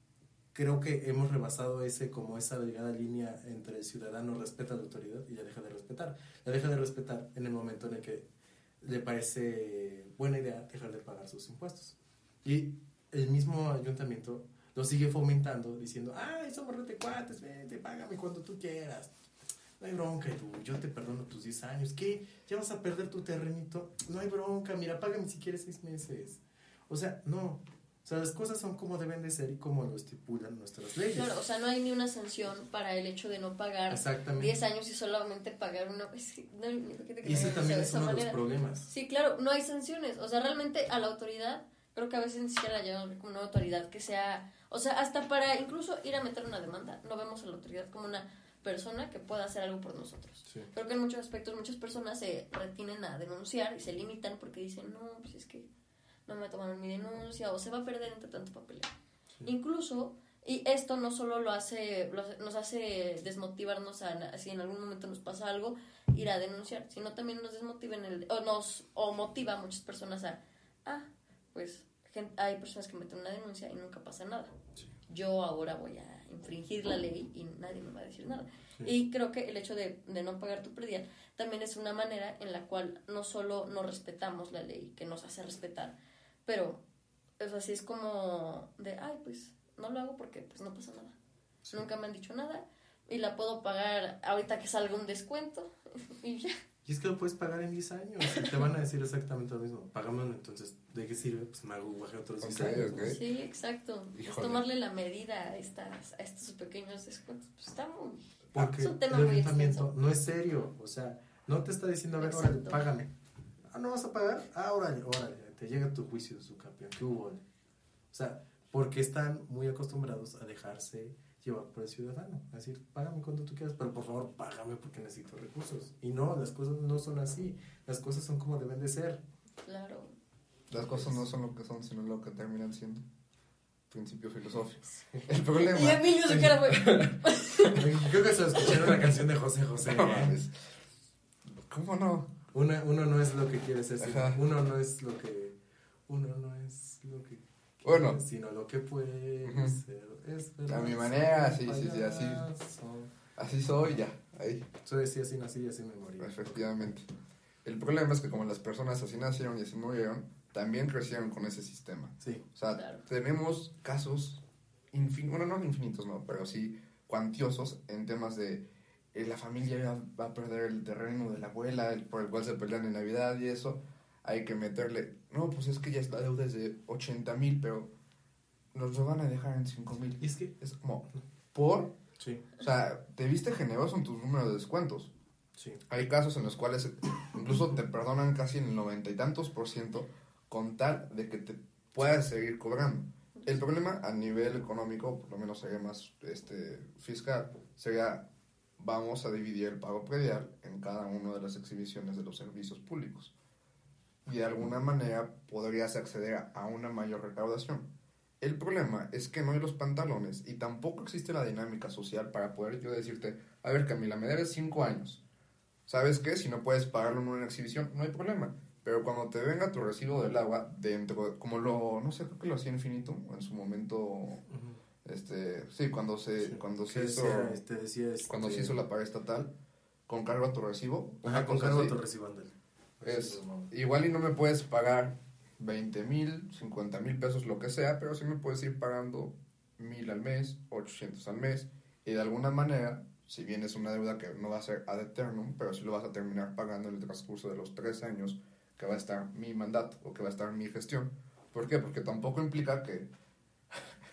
creo que hemos rebasado ese, como esa delgada línea entre el ciudadano respeta a la autoridad y la deja de respetar. La deja de respetar en el momento en el que le parece buena idea dejar de pagar sus impuestos. Y el mismo ayuntamiento lo sigue fomentando diciendo, ay, somos retecuates, vete, págame cuando tú quieras. No hay bronca, Edu, yo te perdono tus diez años. ¿Qué? ¿Ya vas a perder tu terrenito? No hay bronca, mira, págame si quieres seis meses. O sea, no. O sea, las cosas son como deben de ser y como lo estipulan nuestras leyes. Claro, o sea, no hay ni una sanción para el hecho de no pagar diez años y solamente pagar una vez. No, y ese también es uno de los problemas. Sí, claro, no hay sanciones. O sea, realmente a la autoridad, creo que a veces ni siquiera la llevan como una autoridad que sea... O sea, hasta para incluso ir a meter una demanda, no vemos a la autoridad como una persona que pueda hacer algo por nosotros. Sí. Creo que en muchos aspectos muchas personas se retienen a denunciar y se limitan porque dicen, no, pues es que no me tomaron mi denuncia o se va a perder entre tanto papeleo. Sí. Incluso, y esto no solo lo hace, lo, nos hace desmotivarnos a, si en algún momento nos pasa algo, ir a denunciar, sino también nos desmotiva en el, o nos o motiva a muchas personas a, ah, pues gente, hay personas que meten una denuncia y nunca pasa nada. Sí. Yo ahora voy a infringir la ley y nadie me va a decir nada. Sí. Y creo que el hecho de, de no pagar tu predial también es una manera en la cual no solo no respetamos la ley, que nos hace respetar, pero o sea, así es como de, ay, pues no lo hago porque pues no pasa nada. Sí. Nunca me han dicho nada y la puedo pagar ahorita que salga un descuento y ya. Y es que lo puedes pagar en diez años y te van a decir exactamente lo mismo. Págamelo, entonces, ¿de qué sirve? Pues me hago guaje otros diez okay, años. Okay. Sí, exacto. Es tomarle la medida a, estas, a estos pequeños descuentos. Pues está muy... Porque es un tema el muy ayuntamiento extenso. no es serio. O sea, no te está diciendo, a ver, órale, págame. Ah, ¿no vas a pagar? Ah, órale, órale. Te llega tu juicio, su campeón. ¿Qué hubo? O sea, porque están muy acostumbrados a dejarse llevar por el ciudadano, es decir, págame cuando tú quieras, pero por favor págame porque necesito recursos. Y no, las cosas no son así, las cosas son como deben de ser. Claro. Las cosas no son lo que son, sino lo que terminan siendo. Principio filosófico. El problema... Y Emilio se cara fue... Creo que se escucharon la canción de José José. No, mames. ¿Cómo no? Una, uno no es lo que quiere ser, Ajá. uno no es lo que... Uno no es lo que... Bueno, sino lo que puede uh-huh. ser. Es verdad, a mi manera, sí, sí, sí, así, así soy, ya, ahí. Soy así, así nací y así me morí. Efectivamente. El problema es que como las personas así nacieron y así murieron, también crecieron con ese sistema. Sí. O sea, claro. tenemos casos, infin- bueno, no infinitos, no, pero sí cuantiosos en temas de eh, la familia va a perder el terreno de la abuela, el, por el cual se pelean en Navidad y eso. Hay que meterle, no, pues es que ya esta deuda es de ochenta mil, pero nos lo van a dejar en cinco mil. Y es que es como, ¿por? Sí. O sea, te viste generoso en tus números de descuentos. Sí. Hay casos en los cuales incluso te perdonan casi en el noventa y tantos por ciento con tal de que te puedas seguir cobrando. El problema a nivel económico, por lo menos sería más este, fiscal, sería vamos a dividir el pago predial en cada una de las exhibiciones de los servicios públicos. Y de alguna manera podrías acceder a, a una mayor recaudación. El problema es que no hay los pantalones y tampoco existe la dinámica social para poder yo decirte, a ver Camila, me debes cinco años. ¿Sabes qué? Si no puedes pagarlo en una exhibición, no hay problema. Pero cuando te venga tu recibo del agua, dentro, como lo, no sé, creo que lo hacía Infinito en su momento, uh-huh. este, sí, cuando se, sí. cuando se hizo, decía, te decía este... cuando se hizo la paga estatal, con cargo a tu recibo. Ajá, con cargo a tu recibo, ándale. Es, igual y no me puedes pagar veinte mil, cincuenta mil pesos, lo que sea, pero sí me puedes ir pagando mil al mes, ochocientos al mes, y de alguna manera, si bien es una deuda que no va a ser ad eternum, pero sí lo vas a terminar pagando en el transcurso de los tres años que va a estar mi mandato o que va a estar mi gestión. ¿Por qué? Porque tampoco implica que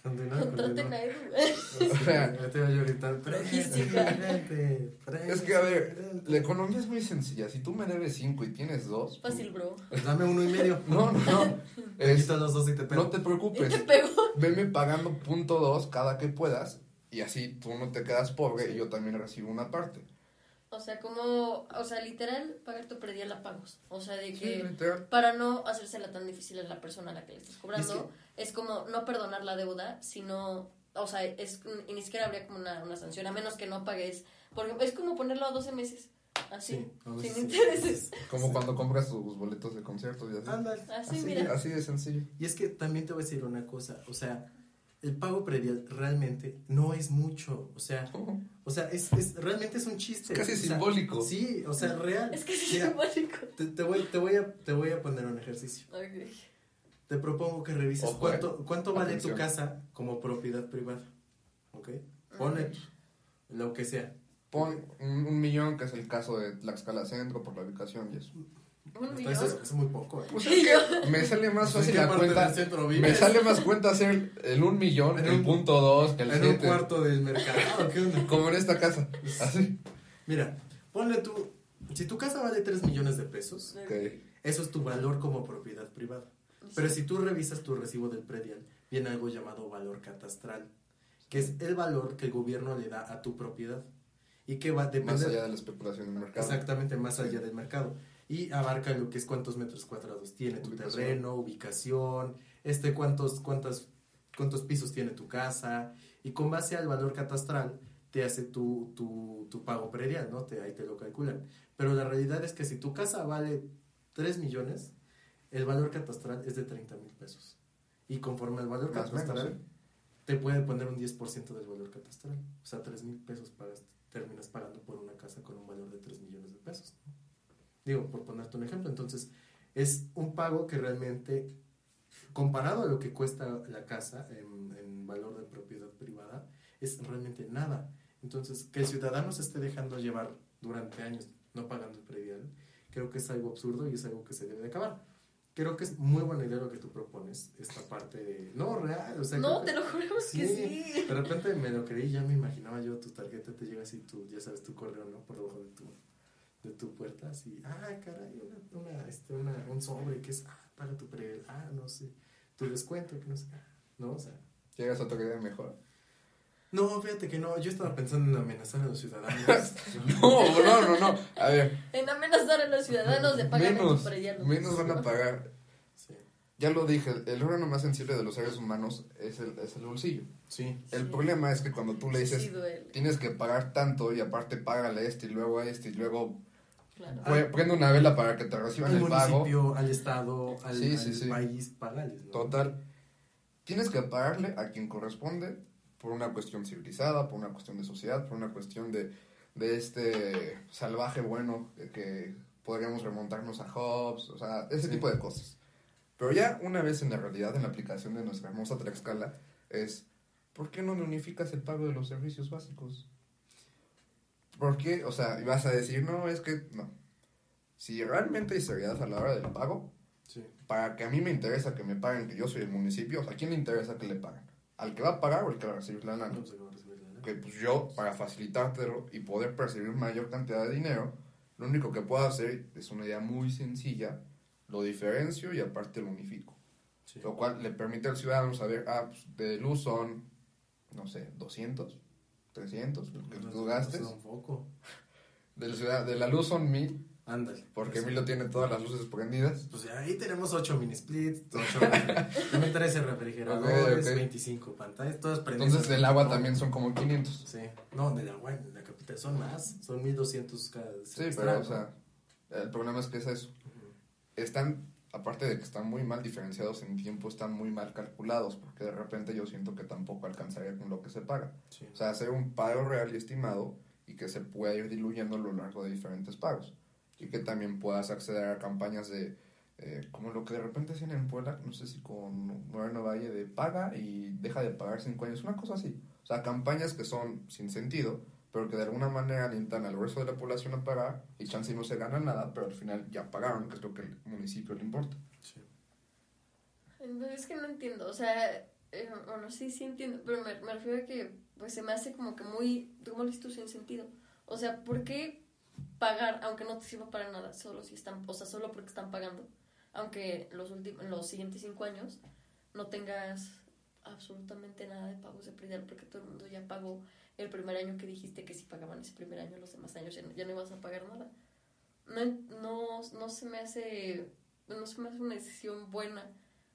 Continúa, Contraten continúa. a Edu. O sea, Ya te voy a gritar, Logística. presidente, es que, a ver, presidente. la economía es muy sencilla. Si tú me debes cinco y tienes dos... Fácil, bro. Pues dame uno y medio. No, no, no. Te Es- quito los dos y te pego. no te Y preocupes. te pegó. Veme pagando punto dos cada que puedas y así tú no te quedas pobre y yo también recibo una parte. O sea, como, o sea, literal, pagar tu predial a pagos. O sea, de Sí, que literal. para no hacérsela tan difícil a la persona a la que le estás cobrando, Es que- es como no perdonar la deuda, sino, o sea, es, y ni siquiera habría como una, una sanción, a menos que no pagues, por ejemplo, es como ponerlo a doce meses, así, Sí, a veces sin sí. intereses. Como cuando compras tus boletos de conciertos y así. Ándale. Así, Así, mira. así de sencillo. Y es que también te voy a decir una cosa, o sea, el pago predial realmente no es mucho, o sea, o sea, es, es realmente es un chiste. Es casi o sea, simbólico. Sí, o sea, real. Es que es Mira, simbólico. te, te voy, te, voy a, te voy a poner un ejercicio. Ok. Te propongo que revises Ojo, cuánto, eh. cuánto vale Atención. tu casa como propiedad privada. ¿Ok? Ponle Ok. lo que sea. Pon un, un millón, que es el caso de Tlaxcala Centro por la ubicación y eso. Un Hasta millón. Eso es, es muy poco. ¿eh? Pues es que me sale más ¿En fácil qué la parte cuenta. del centro Me vives? sale más cuenta hacer el un millón, En el un- punto dos, que el En un siete. cuarto del mercado. ¿Qué onda? Como en esta casa. Así. Mira, ponle tú. Si tu casa vale tres millones de pesos, Ok. eso es tu valor como propiedad privada. Pero si tú revisas tu recibo del predial, viene algo llamado valor catastral, que es el valor que el gobierno le da a tu propiedad y que va a depender Más allá de la especulación del mercado. exactamente más allá Sí. del mercado y abarca lo que es cuántos metros cuadrados tiene tu Ubicación. terreno, ubicación, este cuántos cuántas cuántos pisos tiene tu casa y con base al valor catastral te hace tu, tu, tu pago predial, ¿no? Te, ahí te lo calculan. Pero la realidad es que si tu casa vale tres millones, el valor catastral es de treinta mil pesos. Y conforme al valor Más o catastral, menos, sí. te puede poner un diez por ciento del valor catastral. O sea, tres mil pesos pagas, terminas pagando por una casa con un valor de tres millones de pesos. ¿No? Digo, por ponerte un ejemplo. Entonces, es un pago que realmente, comparado a lo que cuesta la casa en, en valor de propiedad privada, es realmente nada. Entonces, que el ciudadano se esté dejando llevar durante años no pagando el predial, creo que es algo absurdo y es algo que se debe de acabar. Creo que es muy buena idea lo que tú propones, esta parte de... No, real, o sea... No, creo te que- lo juramos que sí. De repente me lo creí, ya me imaginaba yo, tu tarjeta te llega así, tu, ya sabes, tu correo, ¿no? Por debajo de tu, de tu puerta, así, ah, caray, una, una, este, una, un sobre que es, ah, paga tu predial, ah, no sé, tu descuento, que no sé, ah, ¿no? O sea... Llegas a otra idea mejor. No, fíjate que no, yo estaba pensando en amenazar a los ciudadanos. No, no, no, no. A ver, En amenazar a los ciudadanos de pagar menos, tu predial. menos van a pagar. Sí, Ya lo dije, el- el órgano más sensible de los seres humanos es el, es el bolsillo. sí. El Sí. problema es que cuando tú le Sí, dices, sí duele. tienes que pagar tanto y aparte págale este y luego a este y luego Claro. Ah, pre- prende una vela para que te reciban Al el pago. municipio, al estado, al, Sí, sí, al sí. país, pagales, ¿no? Total. Tienes que pagarle a quien corresponde por una cuestión civilizada, por una cuestión de sociedad, por una cuestión de, de este salvaje bueno que, que podríamos remontarnos a Hobbes, o sea, ese Sí. tipo de cosas. Pero ya una vez en la realidad, en la aplicación de nuestra hermosa Tlaxcala, es, ¿por qué no le unificas el pago de los servicios básicos? ¿Por qué? O sea, y vas a decir, no, es que no. Si realmente hay seriedad a la hora del pago, Sí. para que a mí me interesa que me paguen, que yo soy el municipio, o sea, ¿a quién le interesa que le paguen? ¿Al que va a pagar o al que va a recibir la lana? No sé cómo recibir la lana. Que pues yo, para facilitártelo y poder percibir mayor cantidad de dinero, lo único que puedo hacer es una idea muy sencilla, lo diferencio y aparte lo unifico. Sí. Lo cual le permite al ciudadano saber, ah, pues de luz son, no sé, doscientos, trescientos, lo que No, tú no, gastes. no, un poco. De la, ciudad, de la luz son mil, Ándale. porque Pues, Emilio tiene todas las luces prendidas. Pues ya ahí tenemos ocho mini splits, ocho, también trece refrigeradores, Ok, ok. veinticinco pantallas, todas prendidas. Entonces del agua No, también son como quinientos. Sí, no, del agua en la capital son más, son mil doscientos cada Sí, semestral, pero, o ¿no? sea, el problema es que es eso. Ujú. Están, aparte de que están muy mal diferenciados en tiempo, están muy mal calculados, porque de repente yo siento que tampoco alcanzaría con lo que se paga. Sí. O sea, hacer un pago real y estimado y que se pueda ir diluyendo a lo largo de diferentes pagos. Y que también puedas acceder a campañas de, eh, como lo que de repente hacían en Puebla, no sé si con Moreno Valle, de paga y deja de pagar cinco años, una cosa así. O sea, campañas que son sin sentido, pero que de alguna manera alientan al grueso de la población a pagar y chance y no se gana nada, pero al final ya pagaron, que es lo que al municipio le importa. Sí. Entonces, es que no entiendo, o sea, Eh, bueno, sí, sí entiendo, pero me, me refiero a que pues se me hace como que muy, ¿cómo listo sin sentido? O sea, ¿por qué pagar aunque no te sirva para nada? Solo si están, o sea, solo porque están pagando. Aunque los últimos, los siguientes cinco años no tengas absolutamente nada de pagos de predial, porque todo el mundo ya pagó el primer año que dijiste que si pagaban ese primer año, los demás años ya no, ya no ibas a pagar nada. No, no, no se me hace, no se me hace una decisión buena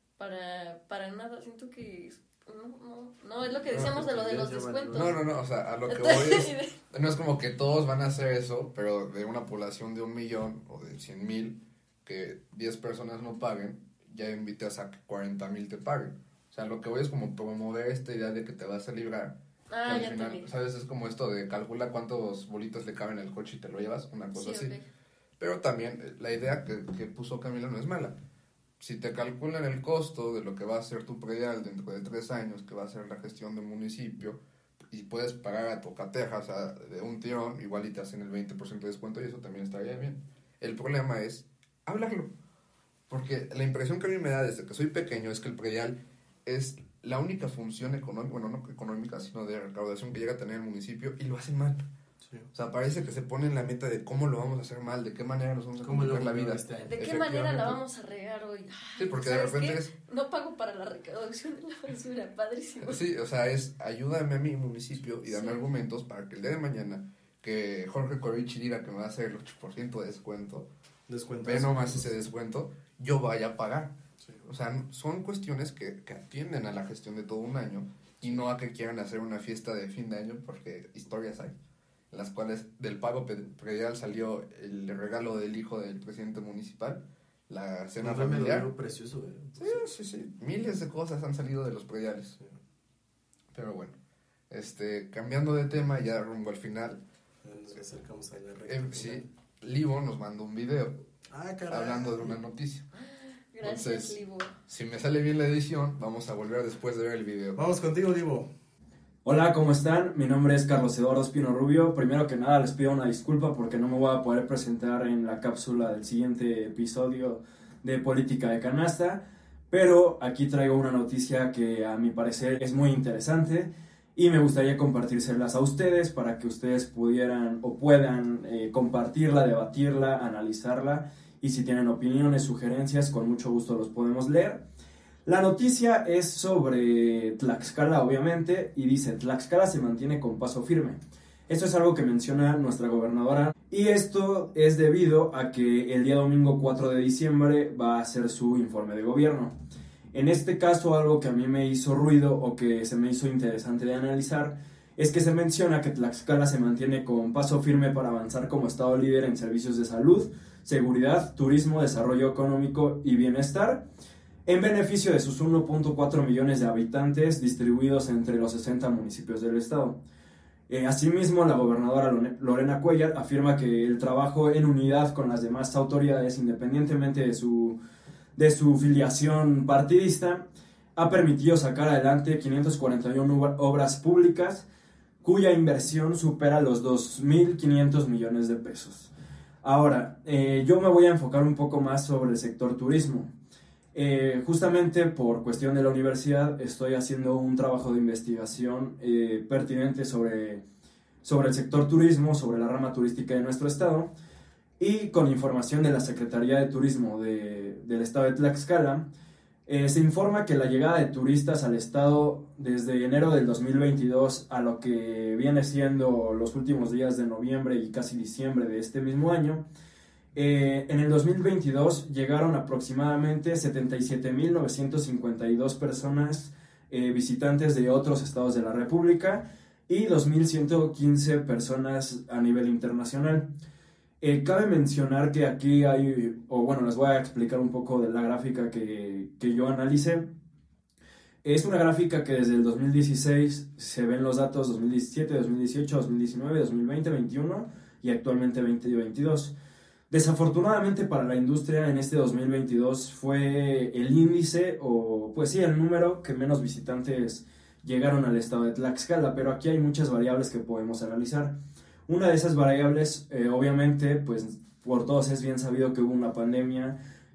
para, para nada. Siento que no, no, no, es lo que decíamos de lo de los descuentos. No, no, no, o sea, a lo que voy es, no es como que todos van a hacer eso, pero de una población de un millón o de cien mil, que diez personas no paguen, ya invitas a que cuarenta mil te paguen. O sea, lo que voy es como promover esta idea de que te vas a librar. Ah, al ya final, entendí. ¿sabes? Es como esto de calcula cuántos bolitos le caben en el coche y te lo llevas, una cosa Sí, así. okay. Pero también la idea que, que puso Camila no es mala. Si te calculan el costo de lo que va a ser tu predial dentro de tres años, que va a ser la gestión de un municipio, y puedes pagar a tocateja, o sea, de un tirón, igual y te hacen el veinte por ciento de descuento y eso también estaría bien. El problema es hablarlo. Porque la impresión que a mí me da desde que soy pequeño es que el predial es la única función económica, bueno, no económica, sino de recaudación que llega a tener el municipio y lo hacen mal. Sí. O sea, parece que se ponen la meta de cómo lo vamos a hacer mal, de qué manera nos vamos a complicar la vida. Este ¿De qué manera la vamos a regar hoy? Sí, porque de repente qué? es... No pago para la recaudación de la basura, padrísimo. Sí, o sea, es ayúdame a mi municipio y dame Sí. argumentos para que el día de mañana que Jorge Corichi diga que me va a hacer el ocho por ciento de descuento, Descuentos. ve nomás ese descuento, yo vaya a pagar. Sí. O sea, son cuestiones que, que atienden a la gestión de todo un año y no a que quieran hacer una fiesta de fin de año, porque historias hay, en las cuales del pago predial salió el regalo del hijo del presidente municipal, la cena Un familiar. remedio precioso, eh. Sí, sí, sí, miles de cosas han salido de los prediales. Sí. Pero bueno, este, cambiando de tema, ya rumbo al final, Nos acercamos a la recta eh, final. sí, Livo nos mandó un video Ah, caray. hablando de una noticia. Gracias, Entonces, Livo. Si me sale bien la edición, vamos a volver después de ver el video. Vamos contigo, Divo. Hola, ¿cómo están? Mi nombre es Carlos Eduardo Espino Rubio. Primero que nada les pido una disculpa porque no me voy a poder presentar en la cápsula del siguiente episodio de Política de Canasta, pero aquí traigo una noticia que a mi parecer es muy interesante y me gustaría compartírselas a ustedes para que ustedes pudieran o puedan eh, compartirla, debatirla, analizarla, y si tienen opiniones, sugerencias, con mucho gusto los podemos leer. La noticia es sobre Tlaxcala, obviamente, y dice: Tlaxcala se mantiene con paso firme. Esto es algo que menciona nuestra gobernadora, y esto es debido a que el día domingo cuatro de diciembre va a hacer su informe de gobierno. En este caso, algo que a mí me hizo ruido o que se me hizo interesante de analizar es que se menciona que Tlaxcala se mantiene con paso firme para avanzar como estado líder en servicios de salud, seguridad, turismo, desarrollo económico y bienestar, en beneficio de sus uno punto cuatro millones de habitantes distribuidos entre los sesenta municipios del estado. Eh, asimismo, la gobernadora Lorena Cuellar afirma que el trabajo en unidad con las demás autoridades, independientemente de su, de su filiación partidista, ha permitido sacar adelante quinientas cuarenta y una obras públicas cuya inversión supera los dos mil quinientos millones de pesos. Ahora, eh, yo me voy a enfocar un poco más sobre el sector turismo. Eh, justamente por cuestión de la universidad estoy haciendo un trabajo de investigación eh, pertinente sobre, sobre el sector turismo, sobre la rama turística de nuestro estado, y con información de la Secretaría de Turismo de, del estado de Tlaxcala, eh, se informa que la llegada de turistas al estado desde enero del dos mil veintidós a lo que viene siendo los últimos días de noviembre y casi diciembre de este mismo año, Eh, en el dos mil veintidós llegaron aproximadamente setenta y siete mil novecientos cincuenta y dos personas eh, visitantes de otros estados de la República y dos mil ciento quince personas a nivel internacional. Eh, cabe mencionar que aquí hay, o bueno, les voy a explicar un poco de la gráfica que, que yo analicé. Es una gráfica que desde el dos mil dieciséis se ven los datos dos mil diecisiete, dos mil dieciocho, dos mil diecinueve, dos mil veinte, veintiuno y actualmente veinte y veintidós. Desafortunadamente para la industria en este dos mil veintidós fue el índice, o pues sí, el número que menos visitantes llegaron al estado de Tlaxcala, pero aquí hay muchas variables que podemos analizar. Una de esas variables, eh, obviamente, pues por todos es bien sabido que hubo una pandemia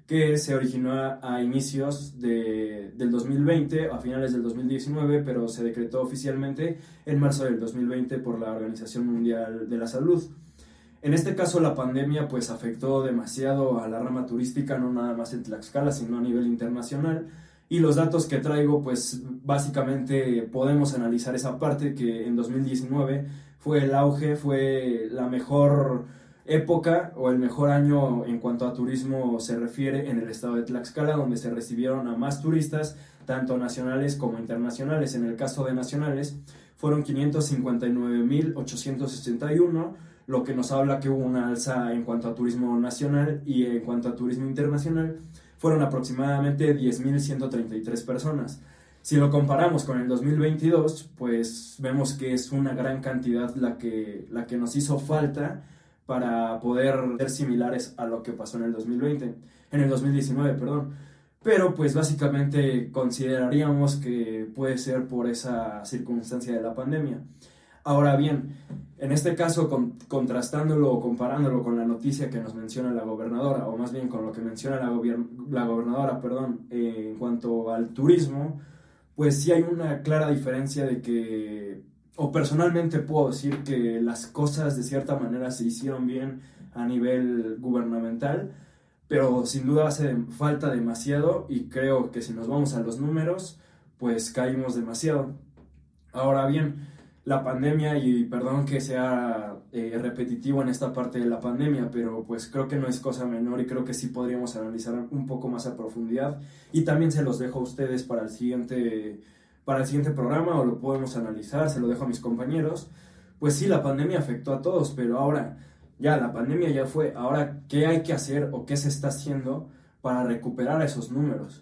que se originó a, a inicios de, del dos mil veinte, a finales del dos mil diecinueve, pero se decretó oficialmente en marzo del dos mil veinte por la Organización Mundial de la Salud. En este caso la pandemia pues afectó demasiado a la rama turística, no nada más en Tlaxcala, sino a nivel internacional, y los datos que traigo pues básicamente podemos analizar esa parte que en dos mil diecinueve fue el auge, fue la mejor época o el mejor año en cuanto a turismo se refiere en el estado de Tlaxcala, donde se recibieron a más turistas, tanto nacionales como internacionales. En el caso de nacionales fueron quinientos cincuenta y nueve mil ochocientos sesenta y uno, lo que nos habla que hubo una alza en cuanto a turismo nacional, y en cuanto a turismo internacional fueron aproximadamente diez mil ciento treinta y tres personas. Si lo comparamos con el dos mil veintidós, pues vemos que es una gran cantidad la que, la que nos hizo falta para poder ser similares a lo que pasó en el dos mil veinte, en el dos mil diecinueve, perdón. Pero pues básicamente consideraríamos que puede ser por esa circunstancia de la pandemia. Ahora bien, en este caso, con, contrastándolo o comparándolo con la noticia que nos menciona la gobernadora, o más bien con lo que menciona la, gobier- la gobernadora, perdón, eh, en cuanto al turismo, pues sí hay una clara diferencia de que, o personalmente puedo decir que las cosas de cierta manera se hicieron bien a nivel gubernamental, pero sin duda hace falta demasiado, y creo que si nos vamos a los números, pues caímos demasiado. Ahora bien, la pandemia, y perdón que sea eh, repetitivo en esta parte de la pandemia, pero pues creo que no es cosa menor y creo que sí podríamos analizar un poco más a profundidad, y también se los dejo a ustedes para el siguiente, para el siguiente programa, o lo podemos analizar, se lo dejo a mis compañeros. Pues sí, la pandemia afectó a todos, pero ahora ya la pandemia ya fue, ahora ¿qué hay que hacer o qué se está haciendo para recuperar esos números?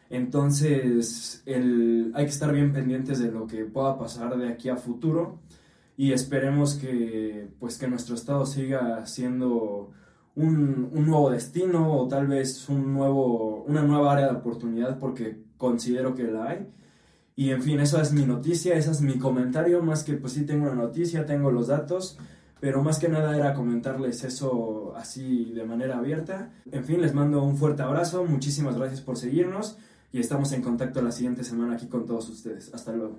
Entonces el, hay que estar bien pendientes de lo que pueda pasar de aquí a futuro, y esperemos que, pues, que nuestro estado siga siendo un, un nuevo destino, o tal vez un nuevo, una nueva área de oportunidad, porque considero que la hay. Y en fin, esa es mi noticia, ese es mi comentario, más que pues sí tengo una noticia, tengo los datos, pero más que nada era comentarles eso así de manera abierta. En fin, les mando un fuerte abrazo, muchísimas gracias por seguirnos, y estamos en contacto la siguiente semana aquí con todos ustedes. Hasta luego.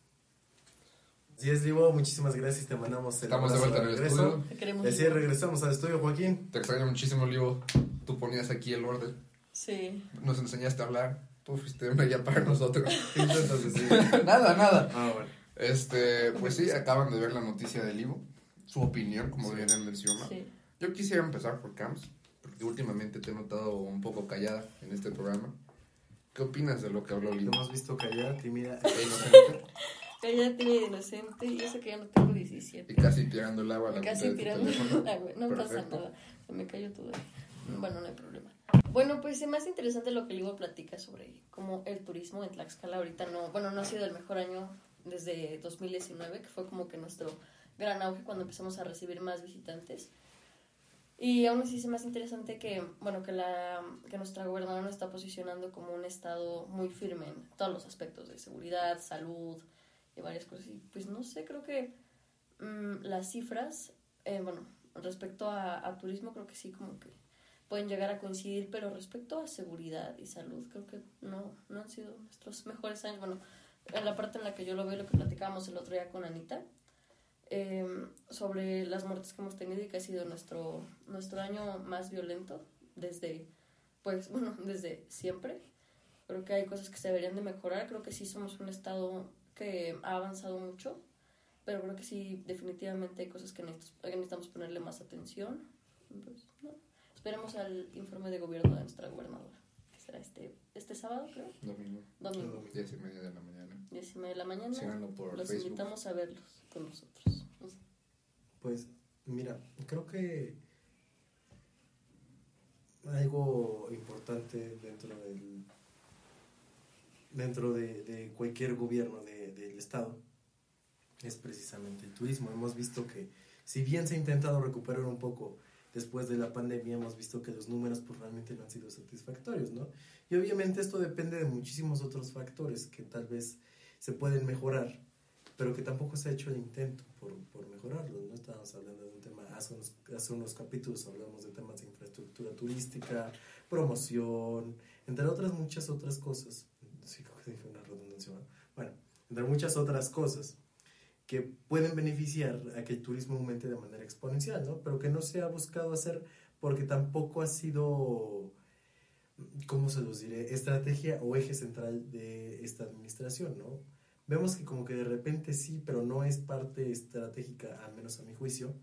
Así es, Livo, muchísimas gracias, te mandamos el Estamos de vuelta en el regreso. estudio. Te queremos. Así es, regresamos al estudio, Joaquín. Te extraño muchísimo, Livo. Tú ponías aquí el orden. Sí. Nos enseñaste a hablar. Tú fuiste una ya para nosotros. ¿Qué intentas decir? Nada, nada. Ah, bueno. Este, pues sí, acaban de ver la noticia de Livo. Su opinión, como Sí. bien él menciona. Sí. Yo quisiera empezar por Camps, porque últimamente te he notado un poco callada en este programa. ¿Qué opinas de lo que habló Te Livo? hemos visto callada, tímida E e inocente, Ella tiene inocente, y eso que ya no tengo diecisiete. y casi tirando el agua a la Casi mitad de tu tirando teléfono. el agua. No pasa Perfecto. nada. Se me cayó todo. Bueno, no hay problema. Bueno, pues es más interesante lo que Livo platica sobre cómo el turismo en Tlaxcala ahorita no, bueno, no ha sido el mejor año desde dos mil diecinueve, que fue como que nuestro gran auge cuando empezamos a recibir más visitantes. Y aún así es más interesante que, bueno, que, la, que nuestra gobernadora nos está posicionando como un estado muy firme en todos los aspectos de seguridad, salud y varias cosas. Y pues no sé, creo que mmm, las cifras, eh, bueno, respecto a, a turismo creo que sí como que pueden llegar a coincidir, pero respecto a seguridad y salud creo que no, no han sido nuestros mejores años. Bueno, en la parte en la que yo lo veo, lo que platicábamos el otro día con Anita, eh, sobre las muertes que hemos tenido, y que ha sido nuestro, nuestro año más violento desde, pues, bueno, desde siempre. Creo que hay cosas que se deberían de mejorar. Creo que sí somos un estado que ha avanzado mucho, pero creo que sí, definitivamente hay cosas que necesitamos, que necesitamos ponerle más atención. Pues, no. Esperemos al informe de gobierno de nuestra gobernadora, que será este, este sábado, creo. Domingo, Domingo, diez y media de la mañana. diez y media de la mañana. Síganlo por Los Facebook. invitamos a verlos con nosotros. Pues, mira, creo que algo importante dentro del dentro de, de cualquier gobierno de, del estado es precisamente el turismo. Hemos visto que, si bien se ha intentado recuperar un poco después de la pandemia, hemos visto que los números pues realmente no han sido satisfactorios, ¿no? Y obviamente esto depende de muchísimos otros factores que tal vez se pueden mejorar, pero que tampoco se ha hecho el intento por, por mejorarlo, ¿no? Estábamos hablando de un tema, hace unos, hace unos capítulos hablamos de temas de infraestructura turística, promoción, entre otras muchas otras cosas. Sí, creo que dije una redundancia, ¿no? Bueno, entre muchas otras cosas que pueden beneficiar a que el turismo aumente de manera exponencial, ¿no? Pero que no se ha buscado hacer porque tampoco ha sido, ¿cómo se los diré?, estrategia o eje central de esta administración, ¿no? Vemos que como que de repente sí, pero no es parte estratégica, al menos a mi juicio.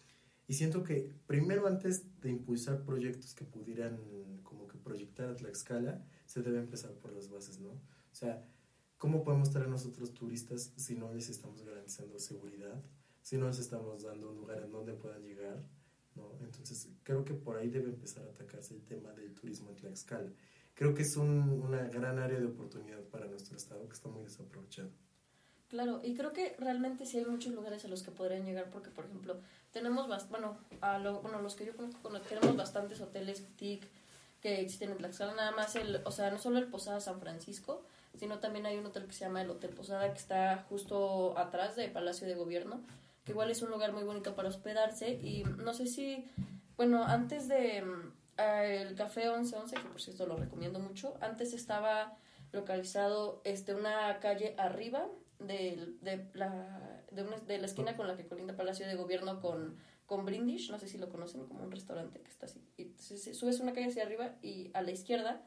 Y siento que primero, antes de impulsar proyectos que pudieran como que proyectar a Tlaxcala, se debe empezar por las bases, ¿no? O sea, ¿cómo podemos traer nosotros turistas si no les estamos garantizando seguridad? Si no les estamos dando un lugar en donde puedan llegar, ¿no? Entonces, creo que por ahí debe empezar a atacarse el tema del turismo en Tlaxcala. Creo que es un, una gran área de oportunidad para nuestro estado que está muy desaprovechado. Claro, y creo que realmente sí hay muchos lugares a los que podrían llegar porque, por ejemplo, tenemos, bast- bueno, a lo, bueno, los que yo conozco, tenemos bastantes hoteles boutique que existen en Tlaxcala, nada más el, o sea, no solo el Posada San Francisco, sino también hay un hotel que se llama el Hotel Posada, que está justo atrás del Palacio de Gobierno, que igual es un lugar muy bonito para hospedarse. Y no sé si, bueno, antes de eh, el Café once once, que por cierto lo recomiendo mucho, antes estaba localizado este, una calle arriba de, de, la, de, una, de la esquina con la que colinda Palacio de Gobierno con, con Brindis, no sé si lo conocen, como un restaurante que está así, y entonces, subes una calle hacia arriba y a la izquierda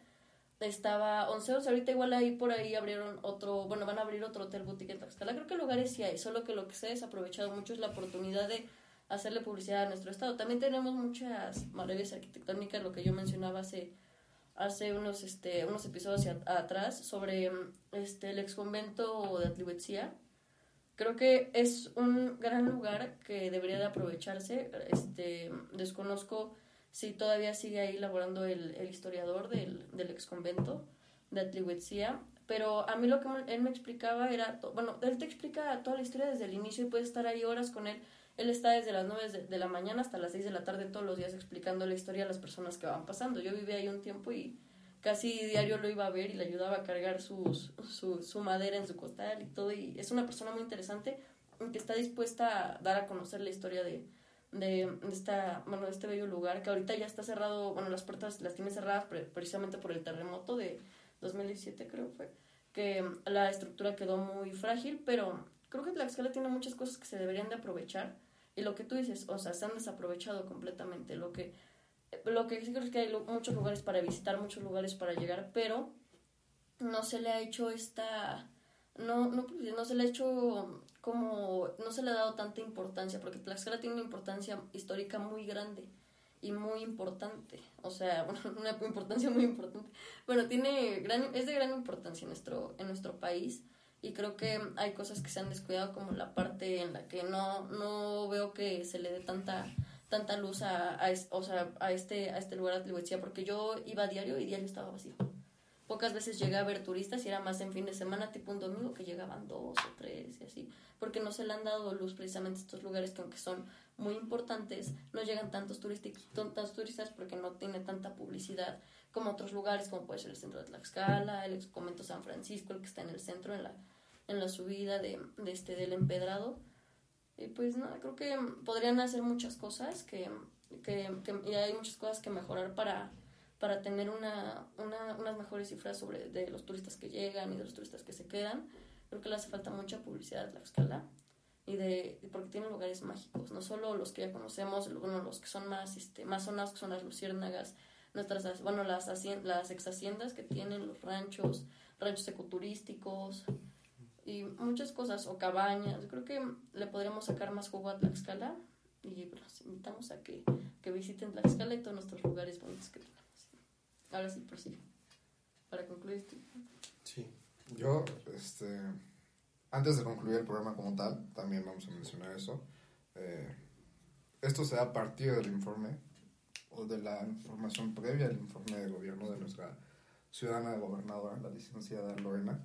estaba once once. Ahorita igual ahí por ahí abrieron otro, bueno, van a abrir otro hotel boutique en Tlaxcala. Creo que lugares sí hay, solo que lo que se ha desaprovechado mucho es la oportunidad de hacerle publicidad a nuestro estado. También tenemos muchas maravillas arquitectónicas, lo que yo mencionaba hace hace unos este unos episodios hacia, atrás sobre este el exconvento de Atlihuetzía. Creo que es un gran lugar que debería de aprovecharse. Este desconozco si todavía sigue ahí laborando el, el historiador del, del exconvento de Atlihuetzía, pero a mí lo que él me explicaba era, to- bueno, él te explica toda la historia desde el inicio y puedes estar ahí horas con él. Él está desde las nueve de, de la mañana hasta las seis de la tarde todos los días explicando la historia a las personas que van pasando. Yo viví ahí un tiempo y casi diario lo iba a ver y le ayudaba a cargar sus, su, su madera en su costal y todo, y es una persona muy interesante que está dispuesta a dar a conocer la historia de De, de esta bueno de este bello lugar que ahorita ya está cerrado. Bueno, las puertas las tiene cerradas pre- precisamente por el terremoto de dos mil diecisiete, creo fue, que la estructura quedó muy frágil, pero creo que Tlaxcala tiene muchas cosas que se deberían de aprovechar, y lo que tú dices, o sea, se han desaprovechado completamente. Lo que lo que sí creo es que hay lo, muchos lugares para visitar, muchos lugares para llegar, pero no se le ha hecho esta no no no se le ha hecho como no se le ha dado tanta importancia, porque Tlaxcala tiene una importancia histórica muy grande y muy importante, o sea, bueno, una importancia muy importante. Bueno, tiene gran es de gran importancia en nuestro en nuestro país, y creo que hay cosas que se han descuidado, como la parte en la que no no veo que se le dé tanta tanta luz a, a, es, o sea, a este a este lugar de Atlihuetzía, porque yo iba a diario y diario estaba vacío. Pocas veces llegué a ver turistas, y era más en fin de semana, tipo un domingo, que llegaban dos o tres y así, porque no se le han dado luz precisamente a estos lugares que, aunque son muy importantes, no llegan tantos, tantos turistas porque no tiene tanta publicidad como otros lugares, como puede ser el centro de Tlaxcala, el exconvento San Francisco, el que está en el centro, en la, en la subida de, de este, del empedrado. Y pues nada, creo que podrían hacer muchas cosas, que, que, que y hay muchas cosas que mejorar para... para tener una, una, unas mejores cifras sobre de los turistas que llegan y de los turistas que se quedan. Creo que le hace falta mucha publicidad a Tlaxcala, y de, porque tiene lugares mágicos, no solo los que ya conocemos, bueno, los que son más, este, más sonados, que son las luciérnagas, nuestras, bueno, las, hacien, las ex haciendas que tienen, los ranchos, ranchos ecoturísticos y muchas cosas, o cabañas. Creo que le podríamos sacar más jugo a Tlaxcala, y pues, los invitamos a que, que visiten Tlaxcala y todos nuestros lugares bonitos que tenemos. Ahora sí, prosigue. Para concluir esto. Sí. Yo, este, antes de concluir el programa como tal, también vamos a mencionar eso. Eh, esto se da a partir del informe, o de la información previa al informe de gobierno de nuestra ciudadana gobernadora, la licenciada Lorena.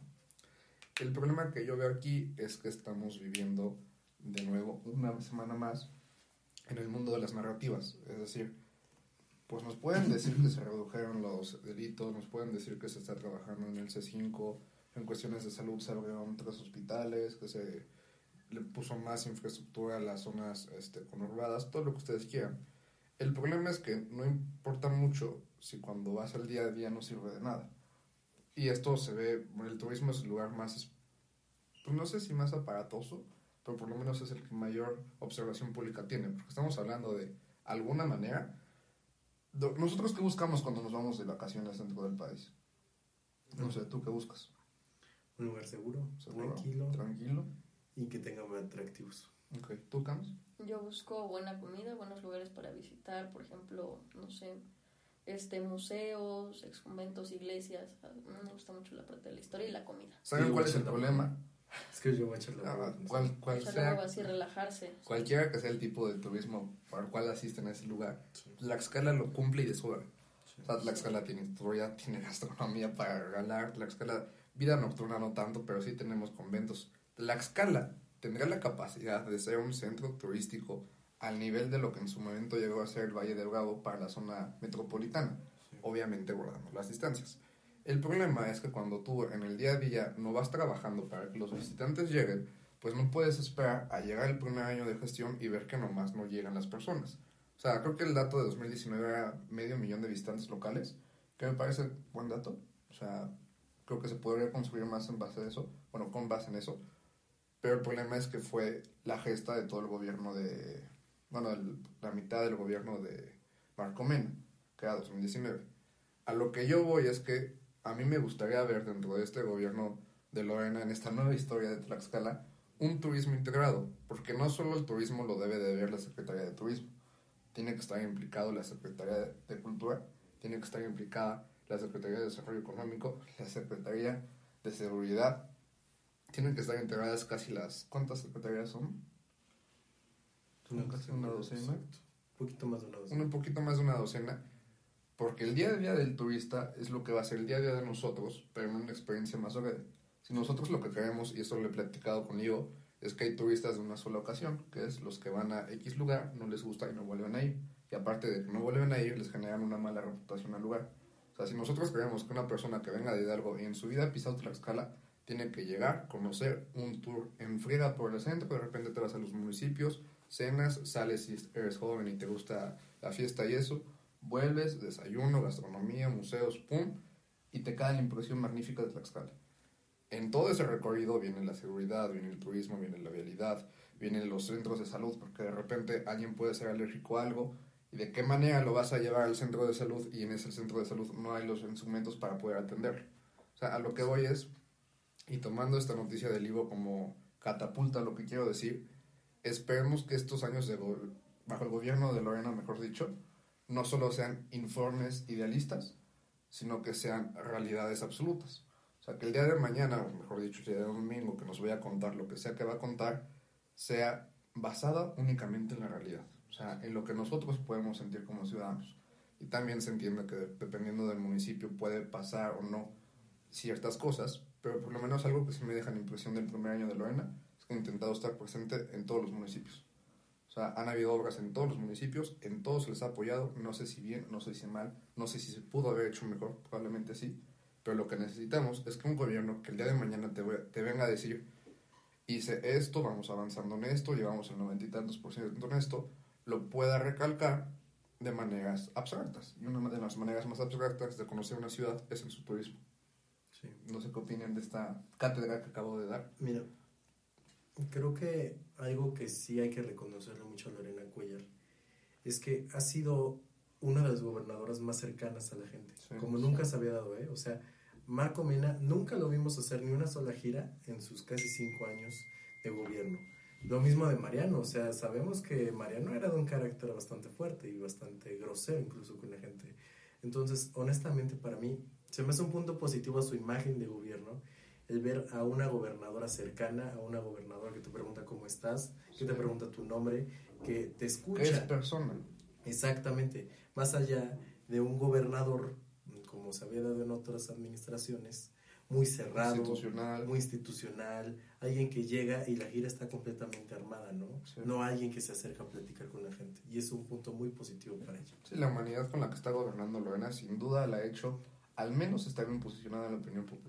El problema que yo veo aquí es que estamos viviendo de nuevo una semana más en el mundo de las narrativas. Es decir, pues nos pueden decir que se redujeron los delitos, nos pueden decir que se está trabajando en el C cinco, en cuestiones de salud se abrieron tres hospitales, que se le puso más infraestructura a las zonas este, conurbadas, todo lo que ustedes quieran. El problema es que no importa mucho si cuando vas al día a día no sirve de nada. Y esto se ve, el turismo es el lugar más, pues no sé si más aparatoso, pero por lo menos es el que mayor observación pública tiene, porque estamos hablando de alguna manera. ¿Nosotros qué buscamos cuando nos vamos de vacaciones dentro del país? No sé, ¿tú qué buscas? Un lugar seguro, ¿Seguro? tranquilo, Tranquilo. y que tenga muy atractivos. Ok, ¿tú, Cams? Yo busco buena comida, buenos lugares para visitar, por ejemplo, no sé, este museos, exconventos, iglesias. A mí me gusta mucho la parte de la historia y la comida. ¿Saben Sí, cuál es el mucho la- problema? Es que yo voy a echar la Ah, hueva. cual, cual Echar sea, agua así, relajarse. cualquiera que sea el tipo de turismo para el cual asisten a ese lugar, Sí. Tlaxcala lo cumple y de sobra. Sí. O sea, Tlaxcala tiene historia, tiene gastronomía para regalar. Tlaxcala, vida nocturna no tanto, pero sí tenemos conventos. Tlaxcala tendrá la capacidad de ser un centro turístico al nivel de lo que en su momento llegó a ser el Valle del Bravo para la zona metropolitana, Sí. obviamente guardando las distancias. El problema es que cuando tú en el día a día no vas trabajando para que los visitantes lleguen, pues no puedes esperar a llegar el primer año de gestión y ver que nomás no llegan las personas. O sea, creo que el dato de dos mil diecinueve era medio millón de visitantes locales, que me parece buen dato. O sea, creo que se podría construir más en base a eso, bueno, con base en eso. Pero el problema es que fue la gesta de todo el gobierno de, bueno, el, la mitad del gobierno de Marco Mena, que era dos mil diecinueve. A lo que yo voy es que a mí me gustaría ver dentro de este gobierno de Lorena, en esta nueva historia de Tlaxcala, un turismo integrado, porque no solo el turismo lo debe de ver la Secretaría de Turismo, tiene que estar implicado la Secretaría de, de Cultura, tiene que estar implicada la Secretaría de Desarrollo Económico, la Secretaría de Seguridad, tienen que estar integradas casi las... ¿Cuántas secretarías son? Son casi una docena. Exacto. Un poquito más de una docena. Un poquito más de una docena, porque el día a día del turista es lo que va a ser el día a día de nosotros, pero en una experiencia más breve. Si nosotros lo que queremos, y esto lo he platicado con Ivo, es que hay turistas de una sola ocasión, que es los que van a X lugar, no les gusta y no vuelven a ir. Y aparte de que no vuelven a ir, les generan una mala reputación al lugar. O sea, si nosotros queremos que una persona que venga de Hidalgo y en su vida ha pisado Tlaxcala, tiene que llegar, conocer un tour en friega por el centro, de repente te vas a los municipios, cenas, sales si eres joven y te gusta la fiesta y eso, vuelves, desayuno, gastronomía, museos, pum, y te cae la impresión magnífica de Tlaxcala. En todo ese recorrido viene la seguridad, viene el turismo, viene la vialidad, vienen los centros de salud, porque de repente alguien puede ser alérgico a algo, y de qué manera lo vas a llevar al centro de salud, y en ese centro de salud no hay los instrumentos para poder atenderlo. O sea, a lo que voy es, y tomando esta noticia del Ivo como catapulta, lo que quiero decir, esperemos que estos años de go- bajo el gobierno de Lorena, mejor dicho, no solo sean informes idealistas, sino que sean realidades absolutas. O sea, que el día de mañana, o mejor dicho, el día de domingo, que nos vaya a contar lo que sea que va a contar, sea basada únicamente en la realidad. O sea, en lo que nosotros podemos sentir como ciudadanos. Y también se entiende que dependiendo del municipio puede pasar o no ciertas cosas, pero por lo menos algo que sí me deja la impresión del primer año de Lorena es que he intentado estar presente en todos los municipios. O sea, han habido obras en todos los municipios, en todos se les ha apoyado, no sé si bien, no sé si mal, no sé si se pudo haber hecho mejor, probablemente sí, pero lo que necesitamos es que un gobierno que el día de mañana te, te venga a decir, hice esto, vamos avanzando en esto, llevamos el noventa y tantos por ciento en esto, lo pueda recalcar de maneras abstractas. Y una de las maneras más abstractas de conocer una ciudad es en su turismo. Sí. No sé qué opinan de esta cátedra que acabo de dar. Mira, creo que algo que sí hay que reconocerle mucho a Lorena Cuellar es que ha sido una de las gobernadoras más cercanas a la gente, Sí, como sí. nunca se había dado, ¿eh? O sea, Marco Mena nunca lo vimos hacer ni una sola gira en sus casi cinco años de gobierno. Lo mismo de Mariano, o sea, sabemos que Mariano era de un carácter bastante fuerte y bastante grosero incluso con la gente. Entonces, honestamente para mí, se me hace un punto positivo a su imagen de gobierno el ver a una gobernadora cercana, a una gobernadora que te pregunta cómo estás, que te pregunta tu nombre, que te escucha. Es persona. Exactamente, más allá de un gobernador, como se había dado en otras administraciones, muy cerrado, Institucional. muy institucional, alguien que llega y la gira está completamente armada, ¿no? Sí. No alguien que se acerca a platicar con la gente, y es un punto muy positivo para ella. Sí, la humanidad con la que está gobernando Lorena sin duda la ha hecho, al menos está bien posicionada en la opinión popular.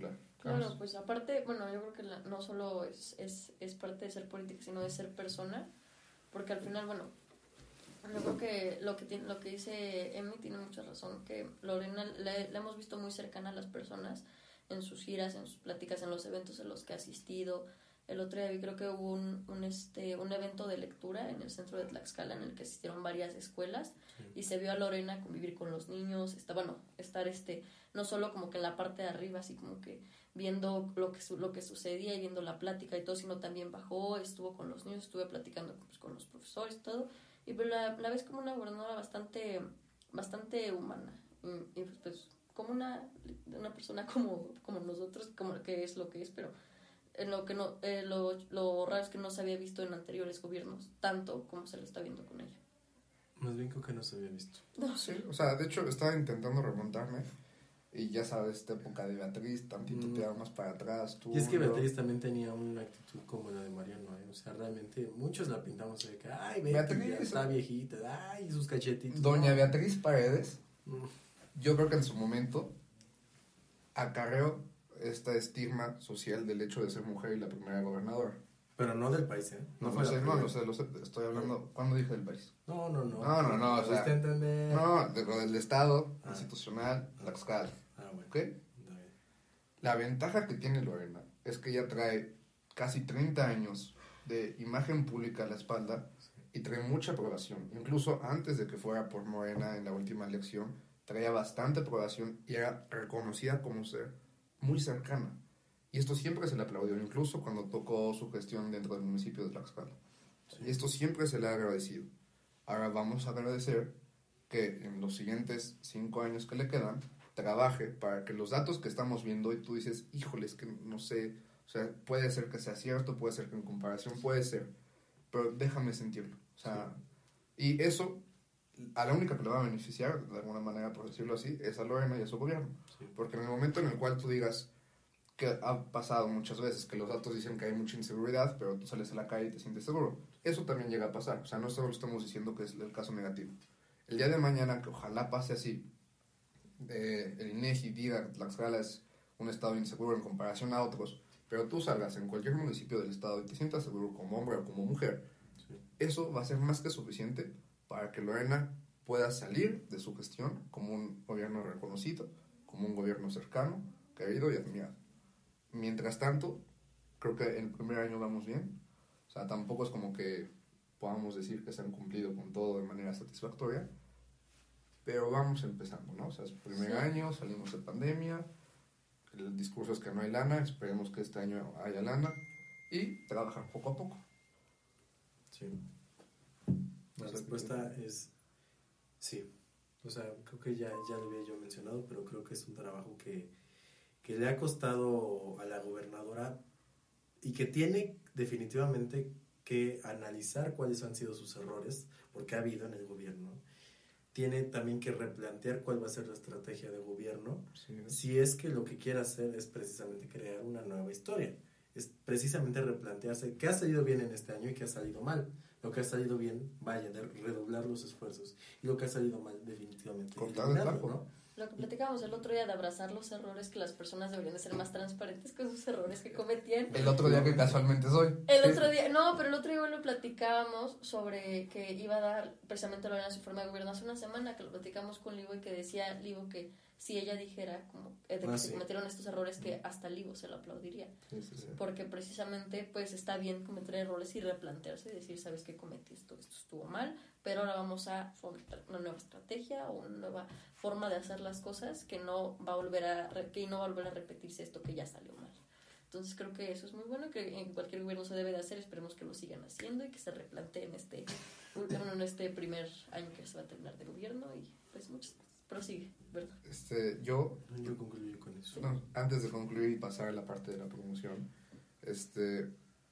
Claro, Vamos. pues aparte, bueno, yo creo que la- no solo es, es, es parte de ser política, sino de ser persona, porque al final, bueno, yo creo que lo que, tiene, lo que dice Emi tiene mucha razón, que Lorena la, la hemos visto muy cercana a las personas en sus giras, en sus pláticas, en los eventos en los que ha asistido. El otro día vi, creo que hubo un, un, este, un evento de lectura en el centro de Tlaxcala en el que asistieron varias escuelas Sí. y se vio a Lorena convivir con los niños, está, bueno, estar este, no solo como que en la parte de arriba, así como que viendo lo que, su- lo que sucedía y viendo la plática y todo, sino también bajó, estuvo con los niños, estuve platicando pues, con los profesores y todo, y pues la, la ves como una gobernadora bastante, bastante humana, y, y, pues, pues como una, una persona como, como nosotros, como que es lo que es, pero en lo que no, eh, lo, lo raro es que no se había visto en anteriores gobiernos, tanto como se lo está viendo con ella. Más bien creo que no se había visto. No, Sí, o sea, de hecho estaba intentando remontarme y ya sabes, esta época de Beatriz, tantito Mm. te más para atrás, tú, Y es que yo. Beatriz también tenía una actitud como la de Mariano, ¿eh? O sea, realmente muchos la pintamos de que, ay, Betty, Beatriz. ya está viejita, ay, sus cachetitos. Doña No. Beatriz Paredes, Mm. yo creo que en su momento acarreó este estigma social del hecho de ser mujer y la primera gobernadora. Pero no del país, ¿eh? No, fue no la sé, no, primera. no sé, lo sé, estoy hablando, ¿cuándo dije del país? No, no, no. No, no, no, o sea, ¿Pudiste entender? No, de lo del Estado, Ah. institucional, Tlaxcala, Ah, bueno. ¿ok? Está bien. La ventaja que tiene Lorena es que ella trae casi treinta años de imagen pública a la espalda y trae mucha aprobación. Incluso antes de que fuera por Morena en la última elección, traía bastante aprobación y era reconocida como ser muy cercana. Y esto siempre se le aplaudió, incluso cuando tocó su gestión dentro del municipio de Tlaxcala. Sí. Y esto siempre se le ha agradecido. Ahora vamos a agradecer que en los siguientes cinco años que le quedan, trabaje para que los datos que estamos viendo y tú dices, híjole, es que no sé, o sea, puede ser que sea cierto, puede ser que en comparación puede ser, pero déjame sentirlo. O sea, y eso, a la única que le va a beneficiar, de alguna manera, por decirlo así, es a Lorena y a su gobierno. Sí. Porque en el momento en el cual tú digas, que ha pasado muchas veces, que los datos dicen que hay mucha inseguridad, pero tú sales a la calle y te sientes seguro. Eso también llega a pasar. O sea, no solo estamos diciendo que es el caso negativo. El día de mañana, que ojalá pase así, eh, el INEGI diga que Tlaxcala es un estado inseguro en comparación a otros, pero tú salgas en cualquier municipio del estado y te sientas seguro como hombre o como mujer, Sí. eso va a ser más que suficiente para que Lorena pueda salir de su gestión como un gobierno reconocido, como un gobierno cercano, querido y admirado. Mientras tanto, creo que el primer año vamos bien. O sea, tampoco es como que podamos decir que se han cumplido con todo de manera satisfactoria, pero vamos empezando, ¿no? O sea, es el primer Sí. año, salimos de pandemia, el discurso es que no hay lana, esperemos que este año haya lana y trabajar poco a poco. Sí. La O sea, respuesta es sí. O sea, creo que ya, ya lo había yo mencionado, pero creo que es un trabajo que, que le ha costado a la gobernadora y que tiene definitivamente que analizar cuáles han sido sus errores, porque ha habido en el gobierno. Tiene también que replantear cuál va a ser la estrategia de gobierno, Sí, si es que lo que quiere hacer es precisamente crear una nueva historia. Es precisamente replantearse qué ha salido bien en este año y qué ha salido mal. Lo que ha salido bien, vaya, de redoblar los esfuerzos. Y lo que ha salido mal, definitivamente, cortar el eliminarlo, tajo. ¿no? Lo que platicábamos el otro día de abrazar los errores, que las personas deberían de ser más transparentes con sus errores que cometían. El otro día que casualmente soy. El otro día, no, pero el otro día lo platicábamos sobre que iba a dar precisamente Lorena su forma de gobierno hace una semana, que lo platicamos con Livo y que decía Livo que si ella dijera como eh, de que Ah, se sí. cometieron estos errores, que hasta Livo se lo aplaudiría. Sí, sí, sí. Porque precisamente pues está bien cometer errores y replantearse y decir, sabes que cometí esto, esto estuvo mal, pero ahora vamos a fomentar una nueva estrategia o una nueva forma de hacer las cosas que no va a volver a re- que no va a volver a repetirse esto que ya salió mal. Entonces creo que eso es muy bueno, que en cualquier gobierno se debe de hacer, esperemos que lo sigan haciendo y que se replanteen este, en este primer año que se va a terminar de gobierno y pues muchas cosas. Prosigue, ¿verdad? Este, yo Yo concluyo con eso. No, antes de concluir y pasar a la parte de la promoción, este,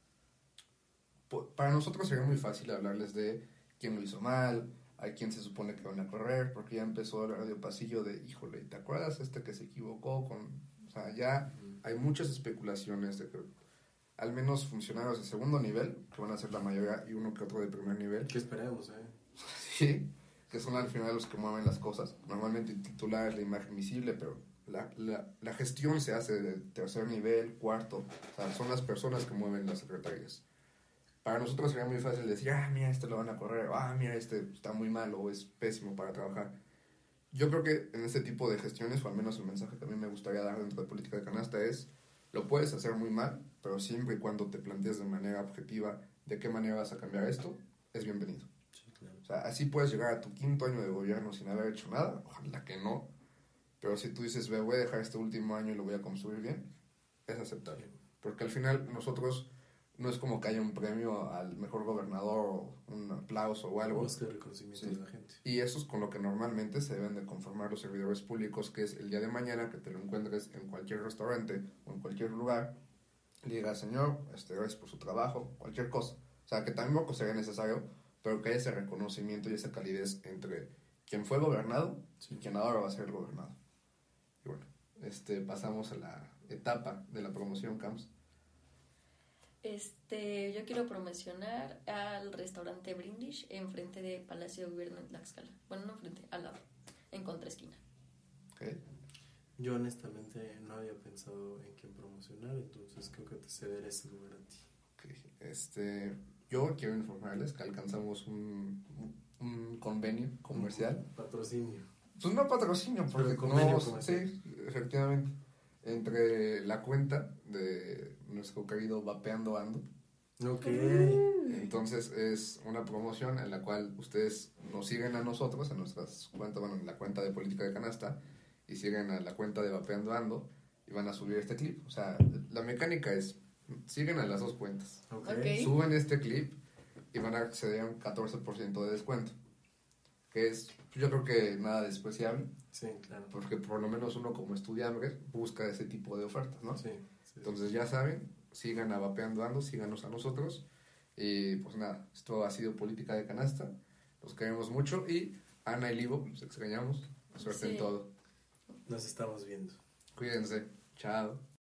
po- para nosotros sería muy fácil hablarles de quién lo hizo mal, a quién se supone que van a correr, porque ya empezó el radio pasillo de, híjole, ¿te acuerdas este que se equivocó con...? O sea, ya hay muchas especulaciones de que al menos funcionarios de segundo nivel, que van a ser la mayoría, y uno que otro de primer nivel, ¿Qué esperemos, eh? sí, que son al final los que mueven las cosas. Normalmente el titular es la imagen visible, pero la, la, la gestión se hace de tercer nivel, cuarto, o sea, son las personas que mueven las secretarías. Para nosotros sería muy fácil decir, ah, mira, este lo van a correr, ah, mira, este está muy mal o es pésimo para trabajar. Yo creo que en este tipo de gestiones, o al menos el mensaje que a mí me gustaría dar dentro de política de canasta es, lo puedes hacer muy mal, pero siempre y cuando te plantees de manera objetiva de qué manera vas a cambiar esto, es bienvenido. Sí, claro. O sea, así puedes llegar a tu quinto año de gobierno sin haber hecho nada, ojalá que no, pero si tú dices, voy a dejar este último año y lo voy a construir bien, es aceptable. Porque al final nosotros no es como que haya un premio al mejor gobernador o un aplauso o algo. Busca el reconocimiento Sí. de la gente. Y eso es con lo que normalmente se deben de conformar los servidores públicos, que es el día de mañana que te lo encuentres en cualquier restaurante o en cualquier lugar, y digas, señor, este, gracias por su trabajo, cualquier cosa. O sea, que tampoco sería necesario, pero que haya ese reconocimiento y esa calidez entre quien fue gobernado Sí. y quien ahora va a ser el gobernado. Y bueno, este, pasamos a la etapa de la promoción, Camps. Este, yo quiero promocionar al restaurante Brindis enfrente de Palacio de Gobierno en Tlaxcala. Bueno, no enfrente, al lado, en contraesquina. ¿Okay? Yo honestamente no había pensado en quién promocionar, entonces creo que te cederé ese lugar a ti. Okay. Este, yo quiero informarles que alcanzamos un, un convenio comercial. Un patrocinio. Pues no patrocinio, porque Pero convenio no, comercial. sí, efectivamente, entre la cuenta de nuestro querido Vapeando Ando. Ok. Entonces es una promoción en la cual ustedes nos siguen a nosotros, en nuestras cuentas, bueno, en la cuenta de Política de Canasta, y siguen a la cuenta de Vapeando Ando, y van a subir este clip. O sea, la mecánica es, siguen a las dos cuentas, Ok. Ok. suben este clip y van a acceder a un catorce por ciento de descuento, que es, yo creo que nada despreciable, Sí, claro. porque por lo menos uno como estudiante busca ese tipo de ofertas, ¿no? Sí, sí. Entonces ya saben, sigan a Vapeando Ando, síganos a nosotros. Y pues nada, esto ha sido Política de Canasta. Los queremos mucho y Ana y Livo, los extrañamos. Suerte Sí. en todo. Nos estamos viendo. Cuídense. Chao.